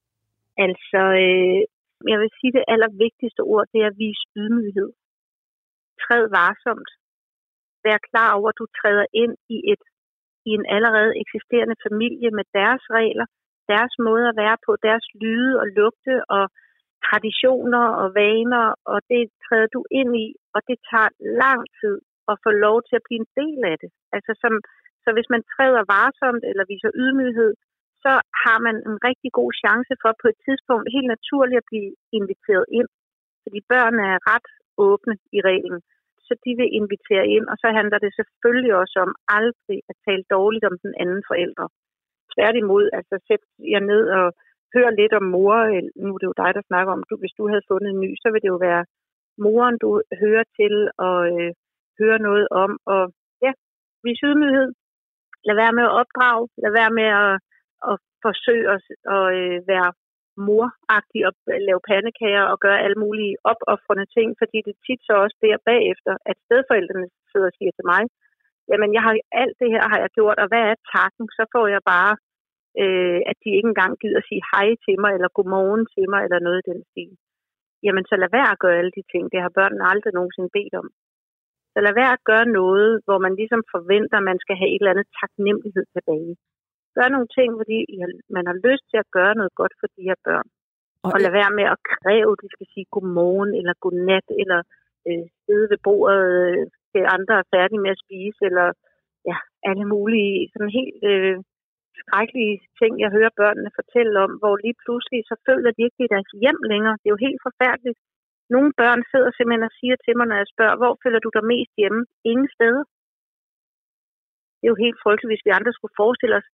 Altså, øh, jeg vil sige, det allervigtigste ord, det er at vise ydmyghed. Træd varsomt. Vær klar over, at du træder ind i, et, i en allerede eksisterende familie med deres regler, deres måde at være på, deres lyde og lugte og traditioner og vaner, og det træder du ind i, og det tager lang tid at få lov til at blive en del af det. Altså, som, så hvis man træder varsomt eller viser ydmyghed, så har man en rigtig god chance for på et tidspunkt helt naturligt at blive inviteret ind. Fordi børn er ret åbne i reglen, så de vil invitere ind, og så handler det selvfølgelig også om aldrig at tale dårligt om den anden forælder. Tværtimod, altså sæt jer ned og hør lidt om mor. Nu er det jo dig, der snakker om, du, hvis du havde fundet en ny, så vil det jo være moren, du hører til og øh, hører noget om. Og ja, vis ydmyghed. Lad være med at opdrage. Lad være med at, at forsøge at, at øh, være moragtig og lave pandekager og gøre alle mulige opoffrende ting, fordi det tit så også der bagefter, at stedforældrene sidder og siger til mig, jamen jeg har alt det her har jeg gjort, og hvad er takken? Så får jeg bare, øh, at de ikke engang gider at sige hej til mig, eller godmorgen til mig, eller noget i den stil. Jamen så lad være at gøre alle de ting, det har børnene aldrig nogensinde bedt om. Så lad være at gøre noget, hvor man ligesom forventer, at man skal have et eller andet taknemmelighed tilbage. Gør nogle ting, fordi man har lyst til at gøre noget godt for de her børn. Og, og lad være med at kræve, at de skal sige godmorgen, eller godnat, eller øh, sidde ved bordet, øh, til andre er færdige med at spise, eller ja, alle mulige sådan helt øh, skrækkelige ting, jeg hører børnene fortælle om, hvor lige pludselig så føler de ikke i deres hjem længere. Det er jo helt forfærdeligt. Nogle børn sidder simpelthen og siger til mig, når jeg spørger, hvor føler du dig mest hjemme? Ingen steder. Det er jo helt frygteligt, hvis vi andre skulle forestille os,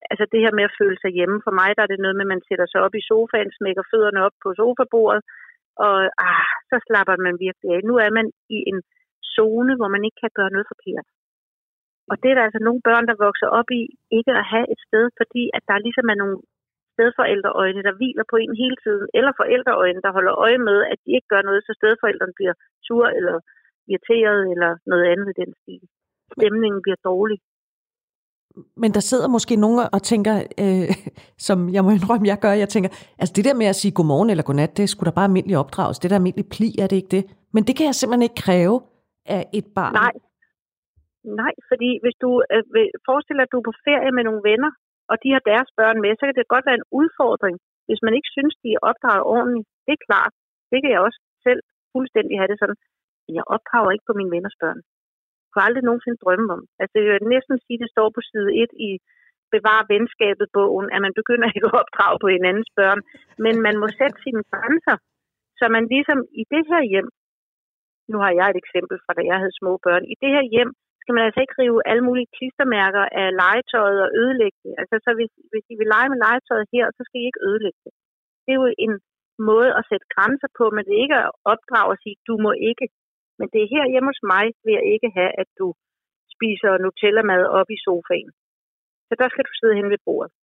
altså det her med at føle sig hjemme, for mig der er det noget med, at man sætter sig op i sofaen, smækker fødderne op på sofabordet, og ah, så slapper man virkelig af. Nu er man i en zone, hvor man ikke kan gøre noget forkert. Og det er der altså nogle børn, der vokser op i, ikke at have et sted, fordi at der ligesom er nogle stedforældreøjne, der hviler på en hele tiden, eller forældreøjne, der holder øje med, at de ikke gør noget, så stedforældrene bliver sur eller irriteret, eller noget andet i den stil. Stemningen bliver dårlig. Men der sidder måske nogen og tænker, øh, som jeg må indrømme, jeg gør, jeg tænker, altså det der med at sige godmorgen eller godnat, det er sgu da bare almindelig opdragelse. Det der er almindelig pli, er det ikke det? Men det kan jeg simpelthen ikke kræve af et barn. Nej, Nej fordi hvis du øh, forestiller dig, at du er på ferie med nogle venner, og de har deres børn med, så kan det godt være en udfordring, hvis man ikke synes, de er opdraget ordentligt. Det er klart. Det kan jeg også selv fuldstændig have det sådan. Jeg opdrager ikke på mine venners børn. Jeg kunne aldrig nogensinde drømme om. Altså, jeg vil næsten sige, at det står på side et i Bevar venskabet-bogen, at man begynder ikke at opdrage på hinandens børn. Men man må sætte sine grænser, så man ligesom i det her hjem, nu har jeg et eksempel fra, da jeg havde små børn, i det her hjem skal man altså ikke rive alle mulige klistermærker af legetøjet og ødelægge det. Altså, så hvis, hvis I vil lege med legetøjet her, så skal I ikke ødelægge det. Det er jo en måde at sætte grænser på, men det er ikke at opdrage og sige, du må ikke. Men det er her hjemme hos mig, vil jeg ikke have, at du spiser Nutella-mad op i sofaen. Så der skal du sidde hen ved bordet.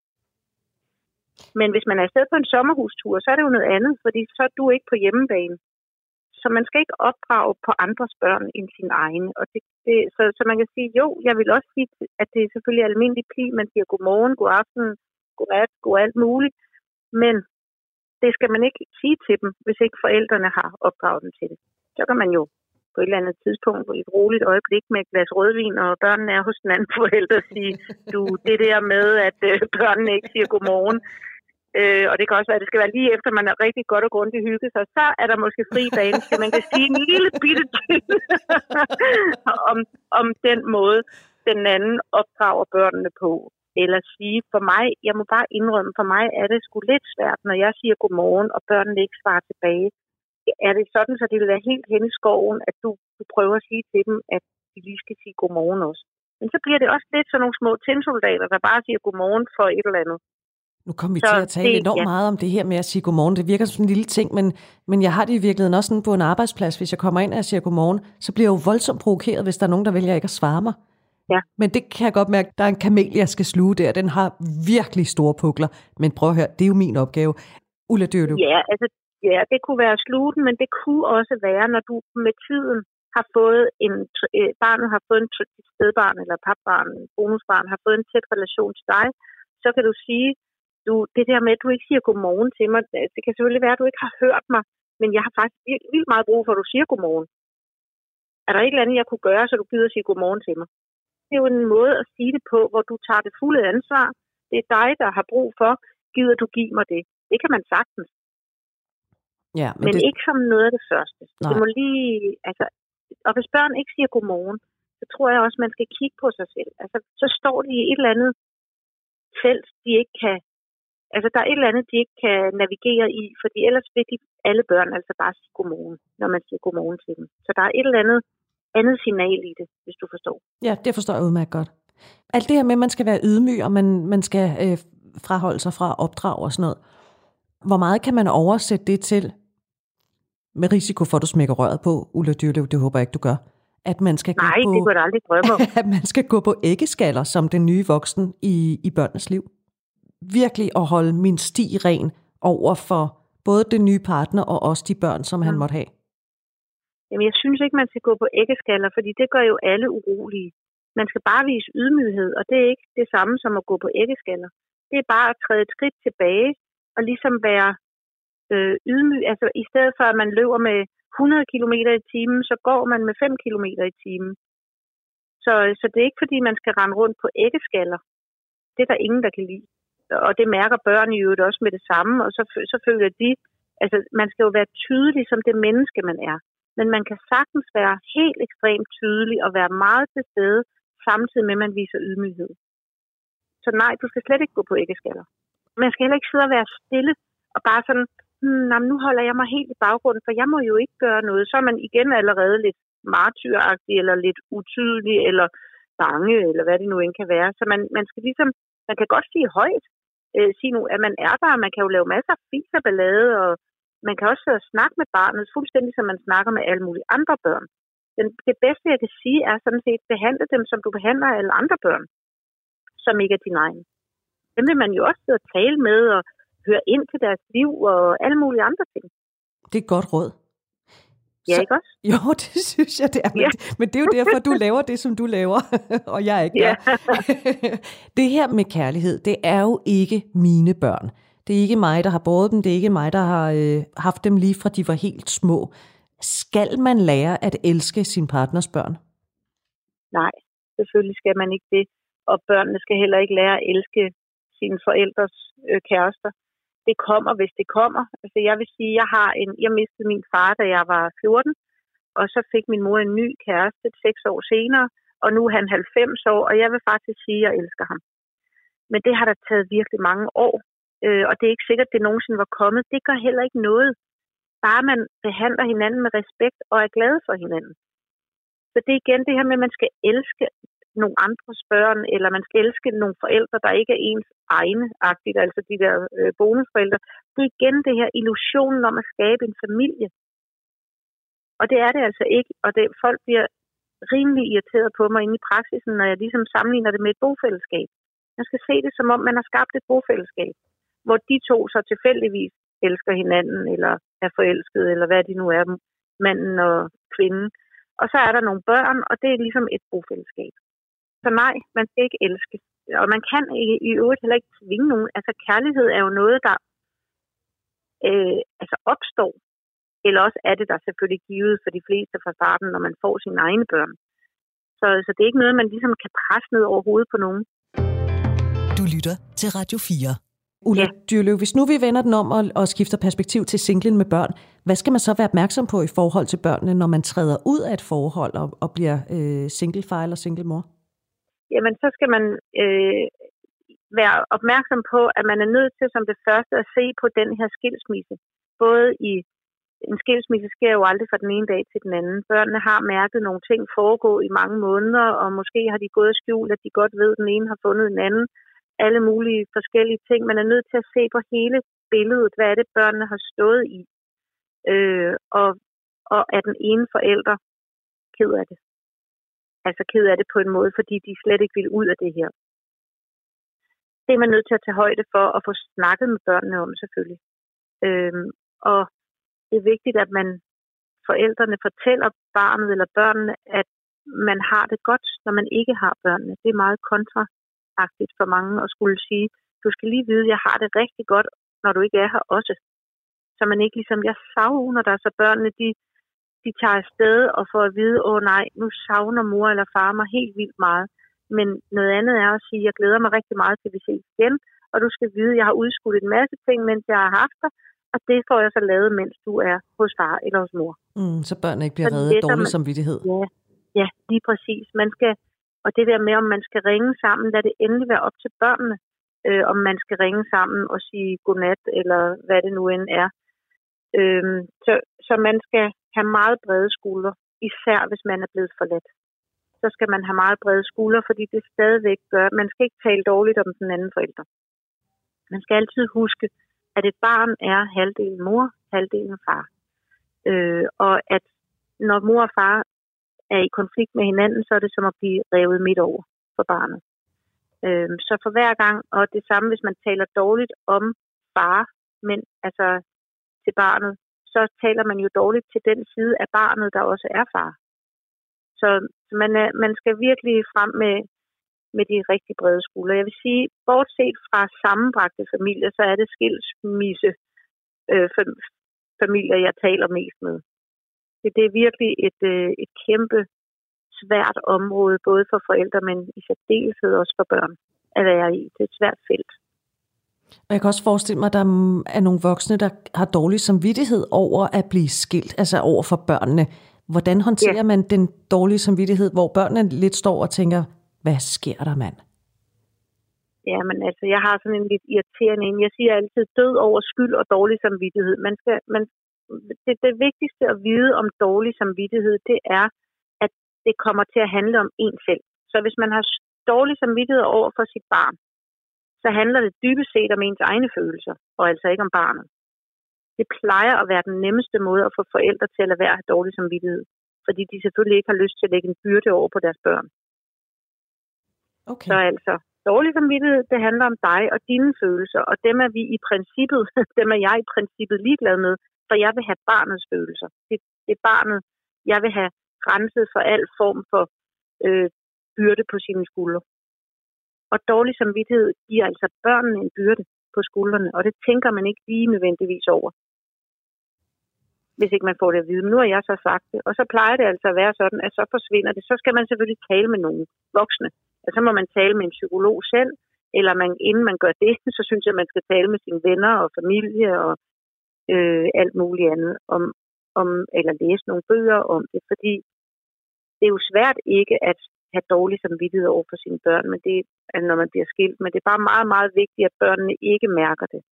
Men hvis man er afsted på en sommerhustur, så er det jo noget andet, fordi så er du ikke på hjemmebane. Så man skal ikke opdrage på andres børn end sin egne. Og det, det, så, så man kan sige, jo, jeg vil også sige, at det er selvfølgelig almindelig pli. Man siger godmorgen, god aften, god nat, god alt muligt. Men det skal man ikke sige til dem, hvis ikke forældrene har opdraget dem til det. Så kan man jo på et eller andet tidspunkt, i et roligt øjeblik med et glas rødvin, og børnene er hos den anden forælder, sige, du, det der med, at øh, børnene ikke siger godmorgen, øh, og det kan også være, at det skal være lige efter, man er rigtig godt og grundigt hygget sig, så er der måske fri bane, så man kan sige en lille bitte ting om, om den måde, den anden opdrager børnene på. Eller sige, for mig, jeg må bare indrømme, for mig er det sgu lidt svært, når jeg siger godmorgen, og børnene ikke svarer tilbage. Er det sådan, så det vil være helt hen i skoven, at du, du prøver at sige til dem, at de lige skal sige godmorgen også. Men så bliver det også lidt sådan nogle små tændsoldater, der bare siger godmorgen for et eller andet. Nu kommer vi så til at tale det, enormt ja. meget om det her med at sige godmorgen. Det virker som en lille ting, men, men jeg har det i virkeligheden også sådan på en arbejdsplads. Hvis jeg kommer ind og siger godmorgen, så bliver jeg jo voldsomt provokeret, hvis der er nogen, der vælger ikke at svare mig. Ja. Men det kan jeg godt mærke, at der er en kamel, jeg skal sluge der. Den har virkelig store pukler. Men prøv at høre, det er jo min opgave. Ulla Dyrløv. Ja, altså Ja, det kunne være sluten, men det kunne også være, når du med tiden har fået en, øh, barnet har fået en stedbarn eller papbarn, en bonusbarn, har fået en tæt relation til dig, så kan du sige, du, det der med, at du ikke siger godmorgen til mig, det kan selvfølgelig være, at du ikke har hørt mig, men jeg har faktisk vildt meget brug for, at du siger godmorgen. Er der et eller andet, jeg kunne gøre, så du gider at sige godmorgen til mig? Det er jo en måde at sige det på, hvor du tager det fulde ansvar. Det er dig, der har brug for, gider du give mig det? Det kan man sagtens. Ja, men men det... ikke som noget af det første. Nej. Det må lige, altså, og hvis børn ikke siger godmorgen, så tror jeg også, man skal kigge på sig selv. Altså, så står de i et eller andet felt, de ikke kan, altså der er et eller andet, de ikke kan navigere i, fordi ellers vil de alle børn altså bare sige godmorgen, når man siger godmorgen til dem. Så der er et eller andet andet signal i det, hvis du forstår. Ja, det forstår jeg udmærket godt. Alt det her med, at man skal være ydmyg, og man, man skal øh, fraholde sig fra opdrag og sådan noget. Hvor meget kan man oversætte det til, med risiko for, at du smækker røret på, Ulla Dyrløv, det håber jeg ikke, du gør, at man skal Nej, gå på, det kunne jeg aldrig drømme om. at man skal gå på æggeskaller som den nye voksen i, i børnenes liv. Virkelig at holde min sti ren over for både den nye partner og også de børn, som han mm. måtte have. Jamen, jeg synes ikke, man skal gå på æggeskaller, fordi det gør jo alle urolige. Man skal bare vise ydmyghed, og det er ikke det samme som at gå på æggeskaller. Det er bare at træde et skridt tilbage og ligesom være øh, ydmyg. Altså i stedet for, at man løber med hundrede kilometer i timen, så går man med fem kilometer i timen. Så, så det er ikke, fordi man skal rende rundt på æggeskaller. Det er der ingen, der kan lide. Og det mærker børn i øvrigt også med det samme, og så, så føler de, altså man skal jo være tydelig som det menneske, man er. Men man kan sagtens være helt ekstremt tydelig og være meget til stede, samtidig med, at man viser ydmyghed. Så nej, du skal slet ikke gå på æggeskaller. Man skal heller ikke sidde og være stille og bare sådan, hmm, nej, nu holder jeg mig helt i baggrunden, for jeg må jo ikke gøre noget. Så er man igen allerede lidt martyragtig, eller lidt utydelig, eller bange, eller hvad det nu end kan være. Så man, man skal ligesom man kan godt sige højt, øh, sige nu, at man er der, man kan jo lave masser af fis og ballade, og man kan også snakke med barnet, fuldstændig som man snakker med alle mulige andre børn. Den, det bedste, jeg kan sige, er sådan set, behandle dem, som du behandler alle andre børn, som ikke er din egen. Dem vil man jo også sidde og tale med, og høre ind til deres liv, og alle mulige andre ting. Det er et godt råd. Ja, ikke også? Jo, det synes jeg, det er. Men, ja. men det er jo derfor, du laver det, som du laver, og jeg ikke gør. Ja. Det her med kærlighed, det er jo ikke mine børn. Det er ikke mig, der har båret dem. Det er ikke mig, der har øh, haft dem lige fra de var helt små. Skal man lære at elske sin partners børn? Nej, selvfølgelig skal man ikke det. Og børnene skal heller ikke lære at elske sine forældres øh, kærester. Det kommer, hvis det kommer. Altså, jeg vil sige, jeg har en, jeg mistede min far, da jeg var fjorten, og så fik min mor en ny kæreste seks år senere, og nu er han halvfems år, og jeg vil faktisk sige, at jeg elsker ham. Men det har da taget virkelig mange år, øh, og det er ikke sikkert, at det nogensinde var kommet. Det gør heller ikke noget. Bare man behandler hinanden med respekt og er glad for hinanden. Så det er igen det her med, at man skal elske nogle andres børn, eller man skal elske nogle forældre, der ikke er ens egne-agtigt, altså de der øh, bonusforældre. Det er igen det her illusionen om at skabe en familie. Og det er det altså ikke, og det, folk bliver rimelig irriteret på mig inde i praksisen, når jeg ligesom sammenligner det med et bofællesskab. Man skal se det, som om man har skabt et bofællesskab, hvor de to så tilfældigvis elsker hinanden, eller er forelskede, eller hvad de nu er, manden og kvinden. Og så er der nogle børn, og det er ligesom et bofællesskab. Så nej, man skal ikke elske. Og man kan ikke, i øvrigt heller ikke tvinge nogen. Altså kærlighed er jo noget, der øh, altså opstår. Eller også er det der selvfølgelig givet for de fleste fra starten, når man får sine egne børn. Så, så det er ikke noget, man ligesom kan presse ned over hovedet på nogen. Du lytter til Radio fire. Ulla ja. Dyrløv, hvis nu vi vender den om og, og skifter perspektiv til singlen med børn, hvad skal man så være opmærksom på i forhold til børnene, når man træder ud af et forhold og, og bliver øh, singlefar eller singlemor? Jamen, så skal man øh, være opmærksom på, at man er nødt til som det første at se på den her skilsmisse. Både i en skilsmisse sker jo aldrig fra den ene dag til den anden. Børnene har mærket nogle ting foregå i mange måneder, og måske har de gået og skjult, at de godt ved, at den ene har fundet den anden. Alle mulige forskellige ting. Man er nødt til at se på hele billedet. Hvad er det, børnene har stået i? Øh, og, og er den ene forælder ked af det? Altså ked af det på en måde, fordi de slet ikke vil ud af det her. Det er man nødt til at tage højde for at få snakket med børnene om, selvfølgelig. Øhm, og det er vigtigt, at man forældrene fortæller barnet eller børnene, at man har det godt, når man ikke har børnene. Det er meget kontraagtigt for mange at skulle sige, du skal lige vide, at jeg har det rigtig godt, når du ikke er her også. Så man ikke ligesom, jeg savner dig, så børnene de de tager afsted og får at vide, åh nej, nu savner mor eller far mig helt vildt meget. Men noget andet er at sige, jeg glæder mig rigtig meget til, at vi ses igen, og du skal vide, at jeg har udskudt en masse ting, mens jeg har haft dig, og det får jeg så lavet, mens du er hos far eller hos mor. Mm, så børnene ikke bliver reddet af dårlig man, samvittighed. Ja, ja, lige præcis. Man skal, og det der med, om man skal ringe sammen, lad det endelig være op til børnene, øh, om man skal ringe sammen og sige godnat, eller hvad det nu end er. Øhm, så, så man skal have meget brede skuldre, især hvis man er blevet forladt. Så skal man have meget brede skuldre, fordi det stadigvæk gør, man skal ikke tale dårligt om den anden forælder. Man skal altid huske, at et barn er halvdelen mor, halvdelen far. Øh, og at når mor og far er i konflikt med hinanden, så er det som at blive revet midt over for barnet. Øh, så for hver gang, og det samme hvis man taler dårligt om far, men altså til barnet, så taler man jo dårligt til den side af barnet, der også er far. Så man, er, man skal virkelig frem med, med de rigtig brede skuldre. Jeg vil sige, bortset fra sammenbragte familier, så er det skilsmisse øh, familier, jeg taler mest med. Det, det er virkelig et, øh, et kæmpe svært område, både for forældre, men i særdeleshed også for børn at være i. Det er et svært felt. Og jeg kan også forestille mig, at der er nogle voksne, der har dårlig samvittighed over at blive skilt, altså over for børnene. Hvordan håndterer ja. man den dårlige samvittighed, hvor børnene lidt står og tænker, hvad sker der, mand? Ja, men altså, jeg har sådan en lidt irriterende en. Jeg siger altid død over skyld og dårlig samvittighed. Man skal, man, det, det vigtigste at vide om dårlig samvittighed, det er, at det kommer til at handle om en selv. Så hvis man har dårlig samvittighed over for sit barn, så handler det dybest set om ens egne følelser, og altså ikke om barnet. Det plejer at være den nemmeste måde at få forældre til at lade være at have dårlig samvittighed, fordi de selvfølgelig ikke har lyst til at lægge en byrde over på deres børn. Okay. Så altså, dårlig samvittighed, det handler om dig og dine følelser, og dem er vi i princippet, dem er jeg i princippet ligeglad med, for jeg vil have barnets følelser. Det, det er barnet, jeg vil have renset for al form for øh, byrde på sine skuldre. Og dårlig samvittighed giver altså børnene en byrde på skuldrene, og det tænker man ikke lige nødvendigvis over, hvis ikke man får det at vide. Men nu har jeg så sagt det, og så plejer det altså at være sådan, at så forsvinder det. Så skal man selvfølgelig tale med nogle voksne. Altså, så må man tale med en psykolog selv, eller man, inden man gør det, så synes jeg, at man skal tale med sine venner og familie og øh, alt muligt andet, om, om, eller læse nogle bøger om det, fordi det er jo svært ikke at have dårlig samvittighed over for sine børn, men det er, når man bliver skilt, men det er bare meget, meget vigtigt, at børnene ikke mærker det.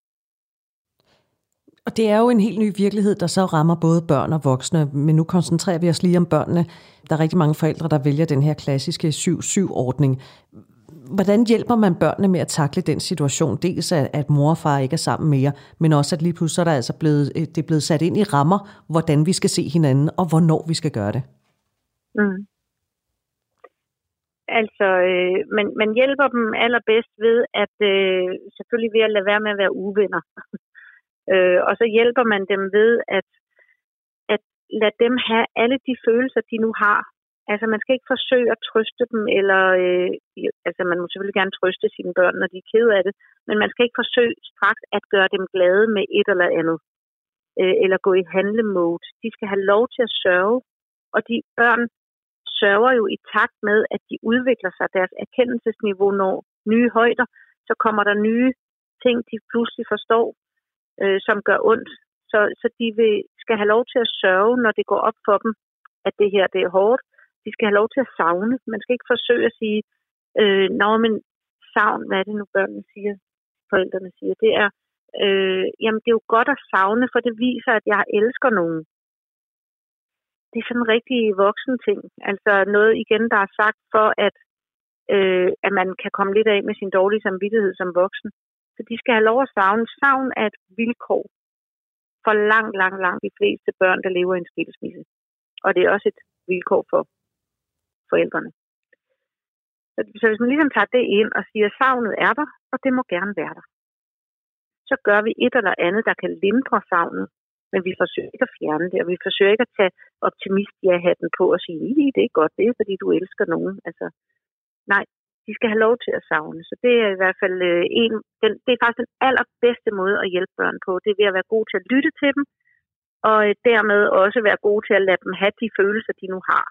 Og det er jo en helt ny virkelighed, der så rammer både børn og voksne, men nu koncentrerer vi os lige om børnene. Der er rigtig mange forældre, der vælger den her klassiske syv syv-ordning. Hvordan hjælper man børnene med at takle den situation? Dels at mor og far ikke er sammen mere, men også at lige pludselig er der altså blevet, det er blevet sat ind i rammer, hvordan vi skal se hinanden, og hvornår vi skal gøre det. Mm. Altså, øh, man, man hjælper dem allerbedst ved, at øh, selvfølgelig ved at lade være med at være uvenner. øh, og så hjælper man dem ved, at, at lade dem have alle de følelser, de nu har. Altså, man skal ikke forsøge at trøste dem, eller øh, altså, man må selvfølgelig gerne trøste sine børn, når de er kede af det, men man skal ikke forsøge straks at gøre dem glade med et eller andet, øh, eller gå i handlemode. De skal have lov til at sørge, og de børn sørger jo i takt med, at de udvikler sig, deres erkendelsesniveau når nye højder, så kommer der nye ting, de pludselig forstår, øh, som gør ondt. Så, så de vil, skal have lov til at sørge, når det går op for dem, at det her det er hårdt. De skal have lov til at savne. Man skal ikke forsøge at sige, øh, nå, men savn, hvad er det nu børnene siger, forældrene siger, det er, øh, jamen det er jo godt at savne, for det viser, at jeg elsker nogen. Det er sådan en rigtig voksen ting. Altså noget igen, der er sagt for, at, øh, at man kan komme lidt af med sin dårlige samvittighed som voksen. Så de skal have lov at savne. Savn er et vilkår for langt, langt, langt de fleste børn, der lever i en skilsmisse. Og det er også et vilkår for forældrene. Så, så hvis man ligesom tager det ind og siger, at savnet er der, og det må gerne være der, så gør vi et eller andet, der kan lindre savnet. Men vi forsøger ikke at fjerne det, og vi forsøger ikke at tage optimist-ja-hatten på og sige, nej, det er godt, det er, fordi du elsker nogen. Altså, nej, de skal have lov til at savne. Så det er i hvert fald øh, en, den, det er faktisk den allerbedste måde at hjælpe børn på. Det er ved at være god til at lytte til dem, og øh, dermed også være god til at lade dem have de følelser, de nu har.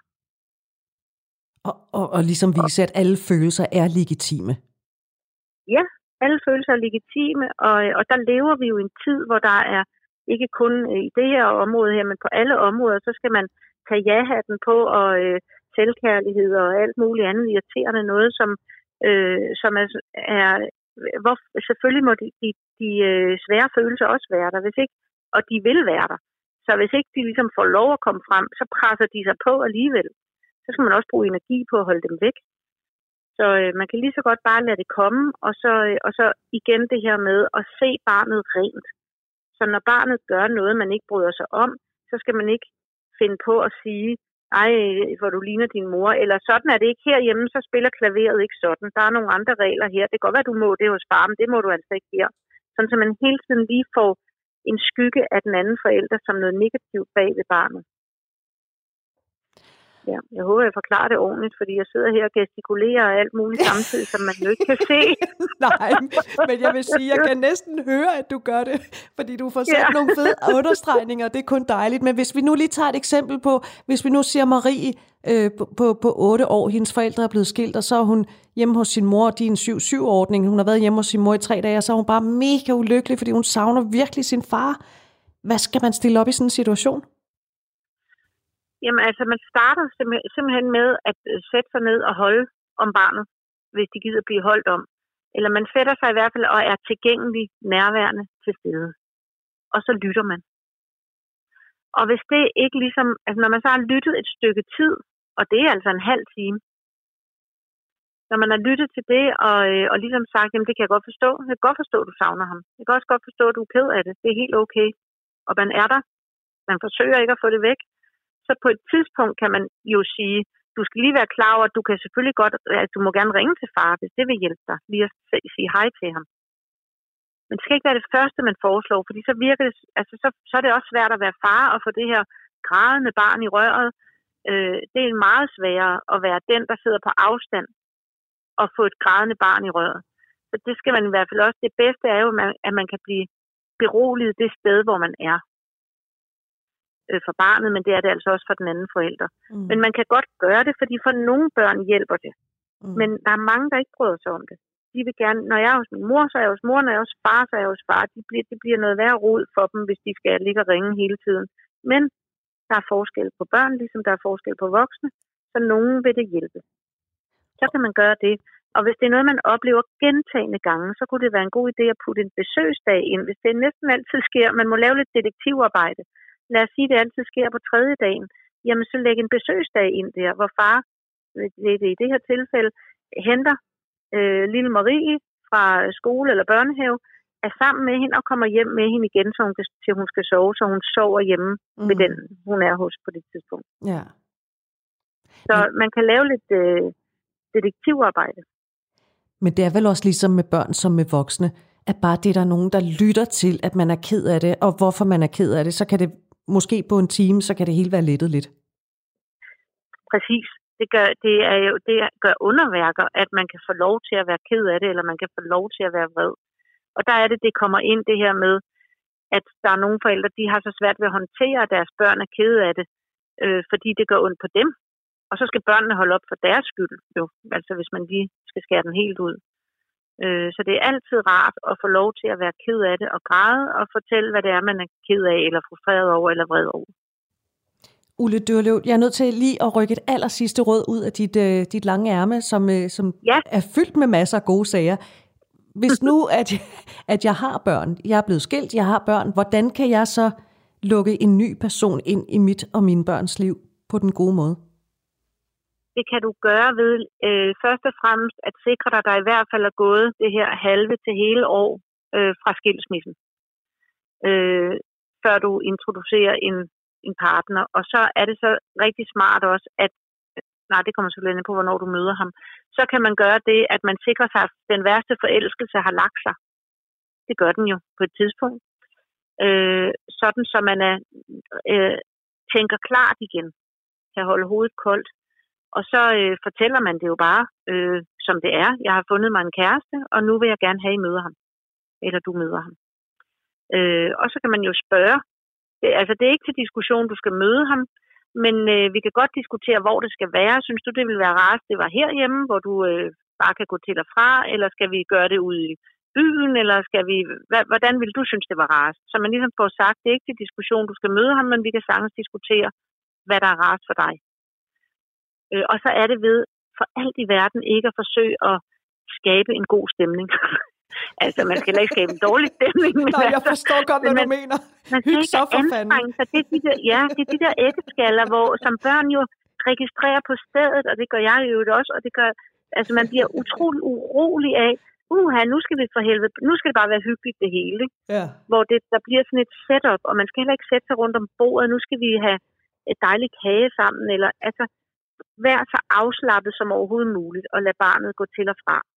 Og, og, og ligesom vise, at alle følelser er legitime. Ja, alle følelser er legitime, og, og der lever vi jo i en tid, hvor der er ikke kun i det her område her, men på alle områder, så skal man tage ja-hatten på, og øh, selvkærlighed og alt muligt andet irriterende noget, som, øh, som er, er hvor, selvfølgelig må de, de, de øh, svære følelser også være der, hvis ikke, og de vil være der. Så hvis ikke de ligesom får lov at komme frem, så presser de sig på alligevel. Så skal man også bruge energi på at holde dem væk. Så øh, man kan lige så godt bare lade det komme, og så, øh, og så igen det her med at se barnet rent. Så når barnet gør noget, man ikke bryder sig om, så skal man ikke finde på at sige, ej, hvor du ligner din mor, eller sådan er det ikke herhjemme, så spiller klaveret ikke sådan. Der er nogle andre regler her. Det kan godt være, du må det hos far, men det må du altså ikke her. Sådan, så man hele tiden lige får en skygge af den anden forælder som noget negativt bag ved barnet. Ja, jeg håber, jeg forklarer det ordentligt, fordi jeg sidder her og gestikulerer og alt muligt samtidig, som man jo ikke kan se. Nej, men jeg vil sige, jeg kan næsten høre, at du gør det, fordi du får sat ja. nogle fede understregninger, det er kun dejligt. Men hvis vi nu lige tager et eksempel på, hvis vi nu siger Marie øh, på, på, på otte år, hendes forældre er blevet skilt, og så er hun hjemme hos sin mor, de er en syv syv-ordning, hun har været hjemme hos sin mor i tre dage, og så er hun bare mega ulykkelig, fordi hun savner virkelig sin far. Hvad skal man stille op i sådan en situation? Jamen altså, man starter simpelthen med at sætte sig ned og holde om barnet, hvis de gider blive holdt om. Eller man sætter sig i hvert fald og er tilgængelig, nærværende til stede. Og så lytter man. Og hvis det ikke ligesom, altså når man så har lyttet et stykke tid, og det er altså en halv time, Når man har lyttet til det, og, øh, og ligesom sagt, jamen det kan jeg godt forstå. Jeg kan godt forstå, at du savner ham. Jeg kan også godt forstå, at du er ked af det. Det er helt okay. Og man er der. Man forsøger ikke at få det væk. Så på et tidspunkt kan man jo sige, du skal lige være klar over, at du kan selvfølgelig godt, at du må gerne ringe til far, hvis det vil hjælpe dig. Lige at sige hej til ham. Men det skal ikke være det første, man foreslår, fordi så virker det, altså så, så er det også svært at være far og få det her grædende barn i røret. Øh, det er meget sværere at være den, der sidder på afstand og få et grædende barn i røret. Så det skal man i hvert fald også. Det bedste er jo, at man, at man kan blive beroliget det sted, hvor man er øh, for barnet, men det er det altså også for den anden forælder. Mm. Men man kan godt gøre det, fordi for nogle børn hjælper det. Mm. Men der er mange, der ikke bryder sig om det. De vil gerne, når jeg er hos min mor, så er jeg hos mor, når jeg er hos far, så er jeg hos far. De bliver, det bliver noget værre rod for dem, hvis de skal ligge og ringe hele tiden. Men der er forskel på børn, ligesom der er forskel på voksne, så nogen vil det hjælpe. Så kan man gøre det. Og hvis det er noget, man oplever gentagne gange, så kunne det være en god idé at putte en besøgsdag ind. Hvis det næsten altid sker, man må lave lidt detektivarbejde. Lad os sige, at det altid sker på tredje dagen. Jamen, så læg en besøgsdag ind der, hvor far, det er i det her tilfælde, henter øh, lille Marie fra skole eller børnehave, er sammen med hende og kommer hjem med hende igen, så hun, kan, til hun skal sove, så hun sover hjemme mm. ved den, hun er hos på det tidspunkt. Ja. Så man kan lave lidt øh, detektivarbejde. Men det er vel også ligesom med børn som med voksne, at bare det, der er nogen, der lytter til, at man er ked af det, og hvorfor man er ked af det, så kan det måske på en time, så kan det hele være lettet lidt. Præcis. Det gør, det er jo, det gør underværker, at man kan få lov til at være ked af det, eller man kan få lov til at være vred. Og der er det, det kommer ind det her med, at der er nogle forældre, de har så svært ved at håndtere, at deres børn er kede af det, øh, fordi det gør ondt på dem. Og så skal børnene holde op for deres skyld, jo. Altså hvis man lige skal skære den helt ud. Øh, så det er altid rart at få lov til at være ked af det og græde og fortælle, hvad det er, man er ked af, eller frustreret over, eller vred over. Ulle Dyrløv, jeg er nødt til lige at rykke et aller sidste råd ud af dit, uh, dit lange ærme, som, uh, som ja. er fyldt med masser af gode sager. Hvis nu, at, at jeg har børn, jeg er blevet skilt, jeg har børn, hvordan kan jeg så lukke en ny person ind i mit og mine børns liv på den gode måde? Det kan du gøre ved øh, først og fremmest at sikre dig, at der i hvert fald er gået det her halve til hele år øh, fra skilsmissen, øh, før du introducerer en, en partner. Og så er det så rigtig smart også, at nej, det kommer selvfølgelig ind på, hvornår du møder ham. Så kan man gøre det, at man sikrer sig, at den værste forelskelse har lagt sig. Det gør den jo på et tidspunkt. Øh, sådan, så man er, øh, tænker klart igen, kan holde hovedet koldt. Og så øh, fortæller man det jo bare, øh, som det er. Jeg har fundet mig en kæreste, og nu vil jeg gerne have, at I møder ham. Eller du møder ham. Øh, og så kan man jo spørge. Det, altså, det er ikke til diskussion, du skal møde ham. Men øh, vi kan godt diskutere, hvor det skal være. Synes du, det ville være rart, det var herhjemme, hvor du øh, bare kan gå til og fra? Eller skal vi gøre det ude i byen? Eller skal vi... Hvordan ville du synes, det var rart? Så man ligesom får sagt, det er ikke til diskussion, du skal møde ham, men vi kan sagtens diskutere, hvad der er rart for dig. Øh, og så er det ved for alt i verden ikke at forsøge at skabe en god stemning. Altså, man skal ikke skabe en dårlig stemning. Men Nej, jeg altså, forstår godt, hvad man, du mener. Man skal ikke anstrenge sig. Det er de der, ja, det er de der æggeskaller, hvor som børn jo registrerer på stedet, og det gør jeg jo også, og det gør, altså man bliver utrolig urolig af, uha, nu skal vi for helvede, nu skal det bare være hyggeligt det hele. Ja. Hvor det, der bliver sådan et setup, og man skal heller ikke sætte sig rundt om bordet, nu skal vi have et dejligt kage sammen, eller altså, vær så afslappet som overhovedet muligt, og lad barnet gå til og fra.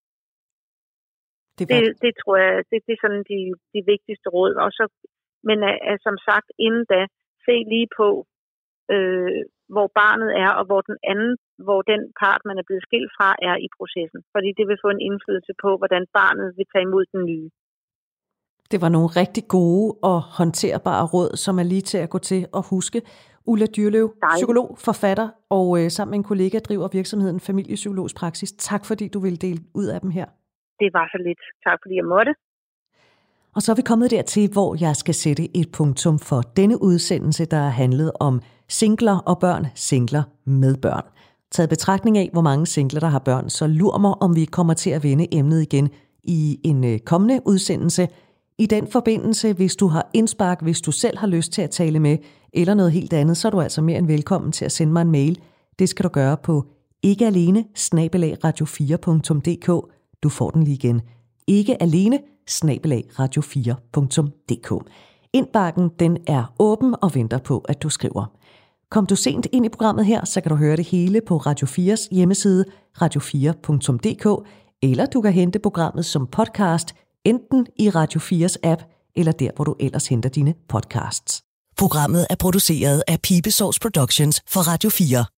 Det, det, det tror jeg, det, det er sådan de, de vigtigste råd. Og så, men uh, som sagt, inden da, se lige på, øh, hvor barnet er, og hvor den anden, hvor den part, man er blevet skilt fra, er i processen. Fordi det vil få en indflydelse på, hvordan barnet vil tage imod den nye. Det var nogle rigtig gode og håndterbare råd, som er lige til at gå til at huske. Ulla Dyrløv, psykolog, forfatter og øh, sammen med en kollega driver virksomheden Familiepsykologisk Praksis. Tak fordi du ville dele ud af dem her. Det var så lidt. Tak fordi jeg måtte. Og så er vi kommet dertil, hvor jeg skal sætte et punktum for denne udsendelse, der har handlet om singler og børn, singler med børn. Taget betragtning af, hvor mange singler, der har børn, så lur mig, om vi kommer til at vende emnet igen i en kommende udsendelse. I den forbindelse, hvis du har indspark, hvis du selv har lyst til at tale med, eller noget helt andet, så er du altså mere end velkommen til at sende mig en mail. Det skal du gøre på Ikke alene snabel-a radio fire punktum d k. Du får den lige igen. Ikke alene snabel-a radio fire punktum d k. Indbakken, den er åben og venter på, at du skriver. Kom du sent ind i programmet her, så kan du høre det hele på Radio fires hjemmeside radio fire punktum d k, eller du kan hente programmet som podcast, enten i Radio fires app, eller der, hvor du ellers henter dine podcasts. Programmet er produceret af Pibesovs Productions for Radio fire.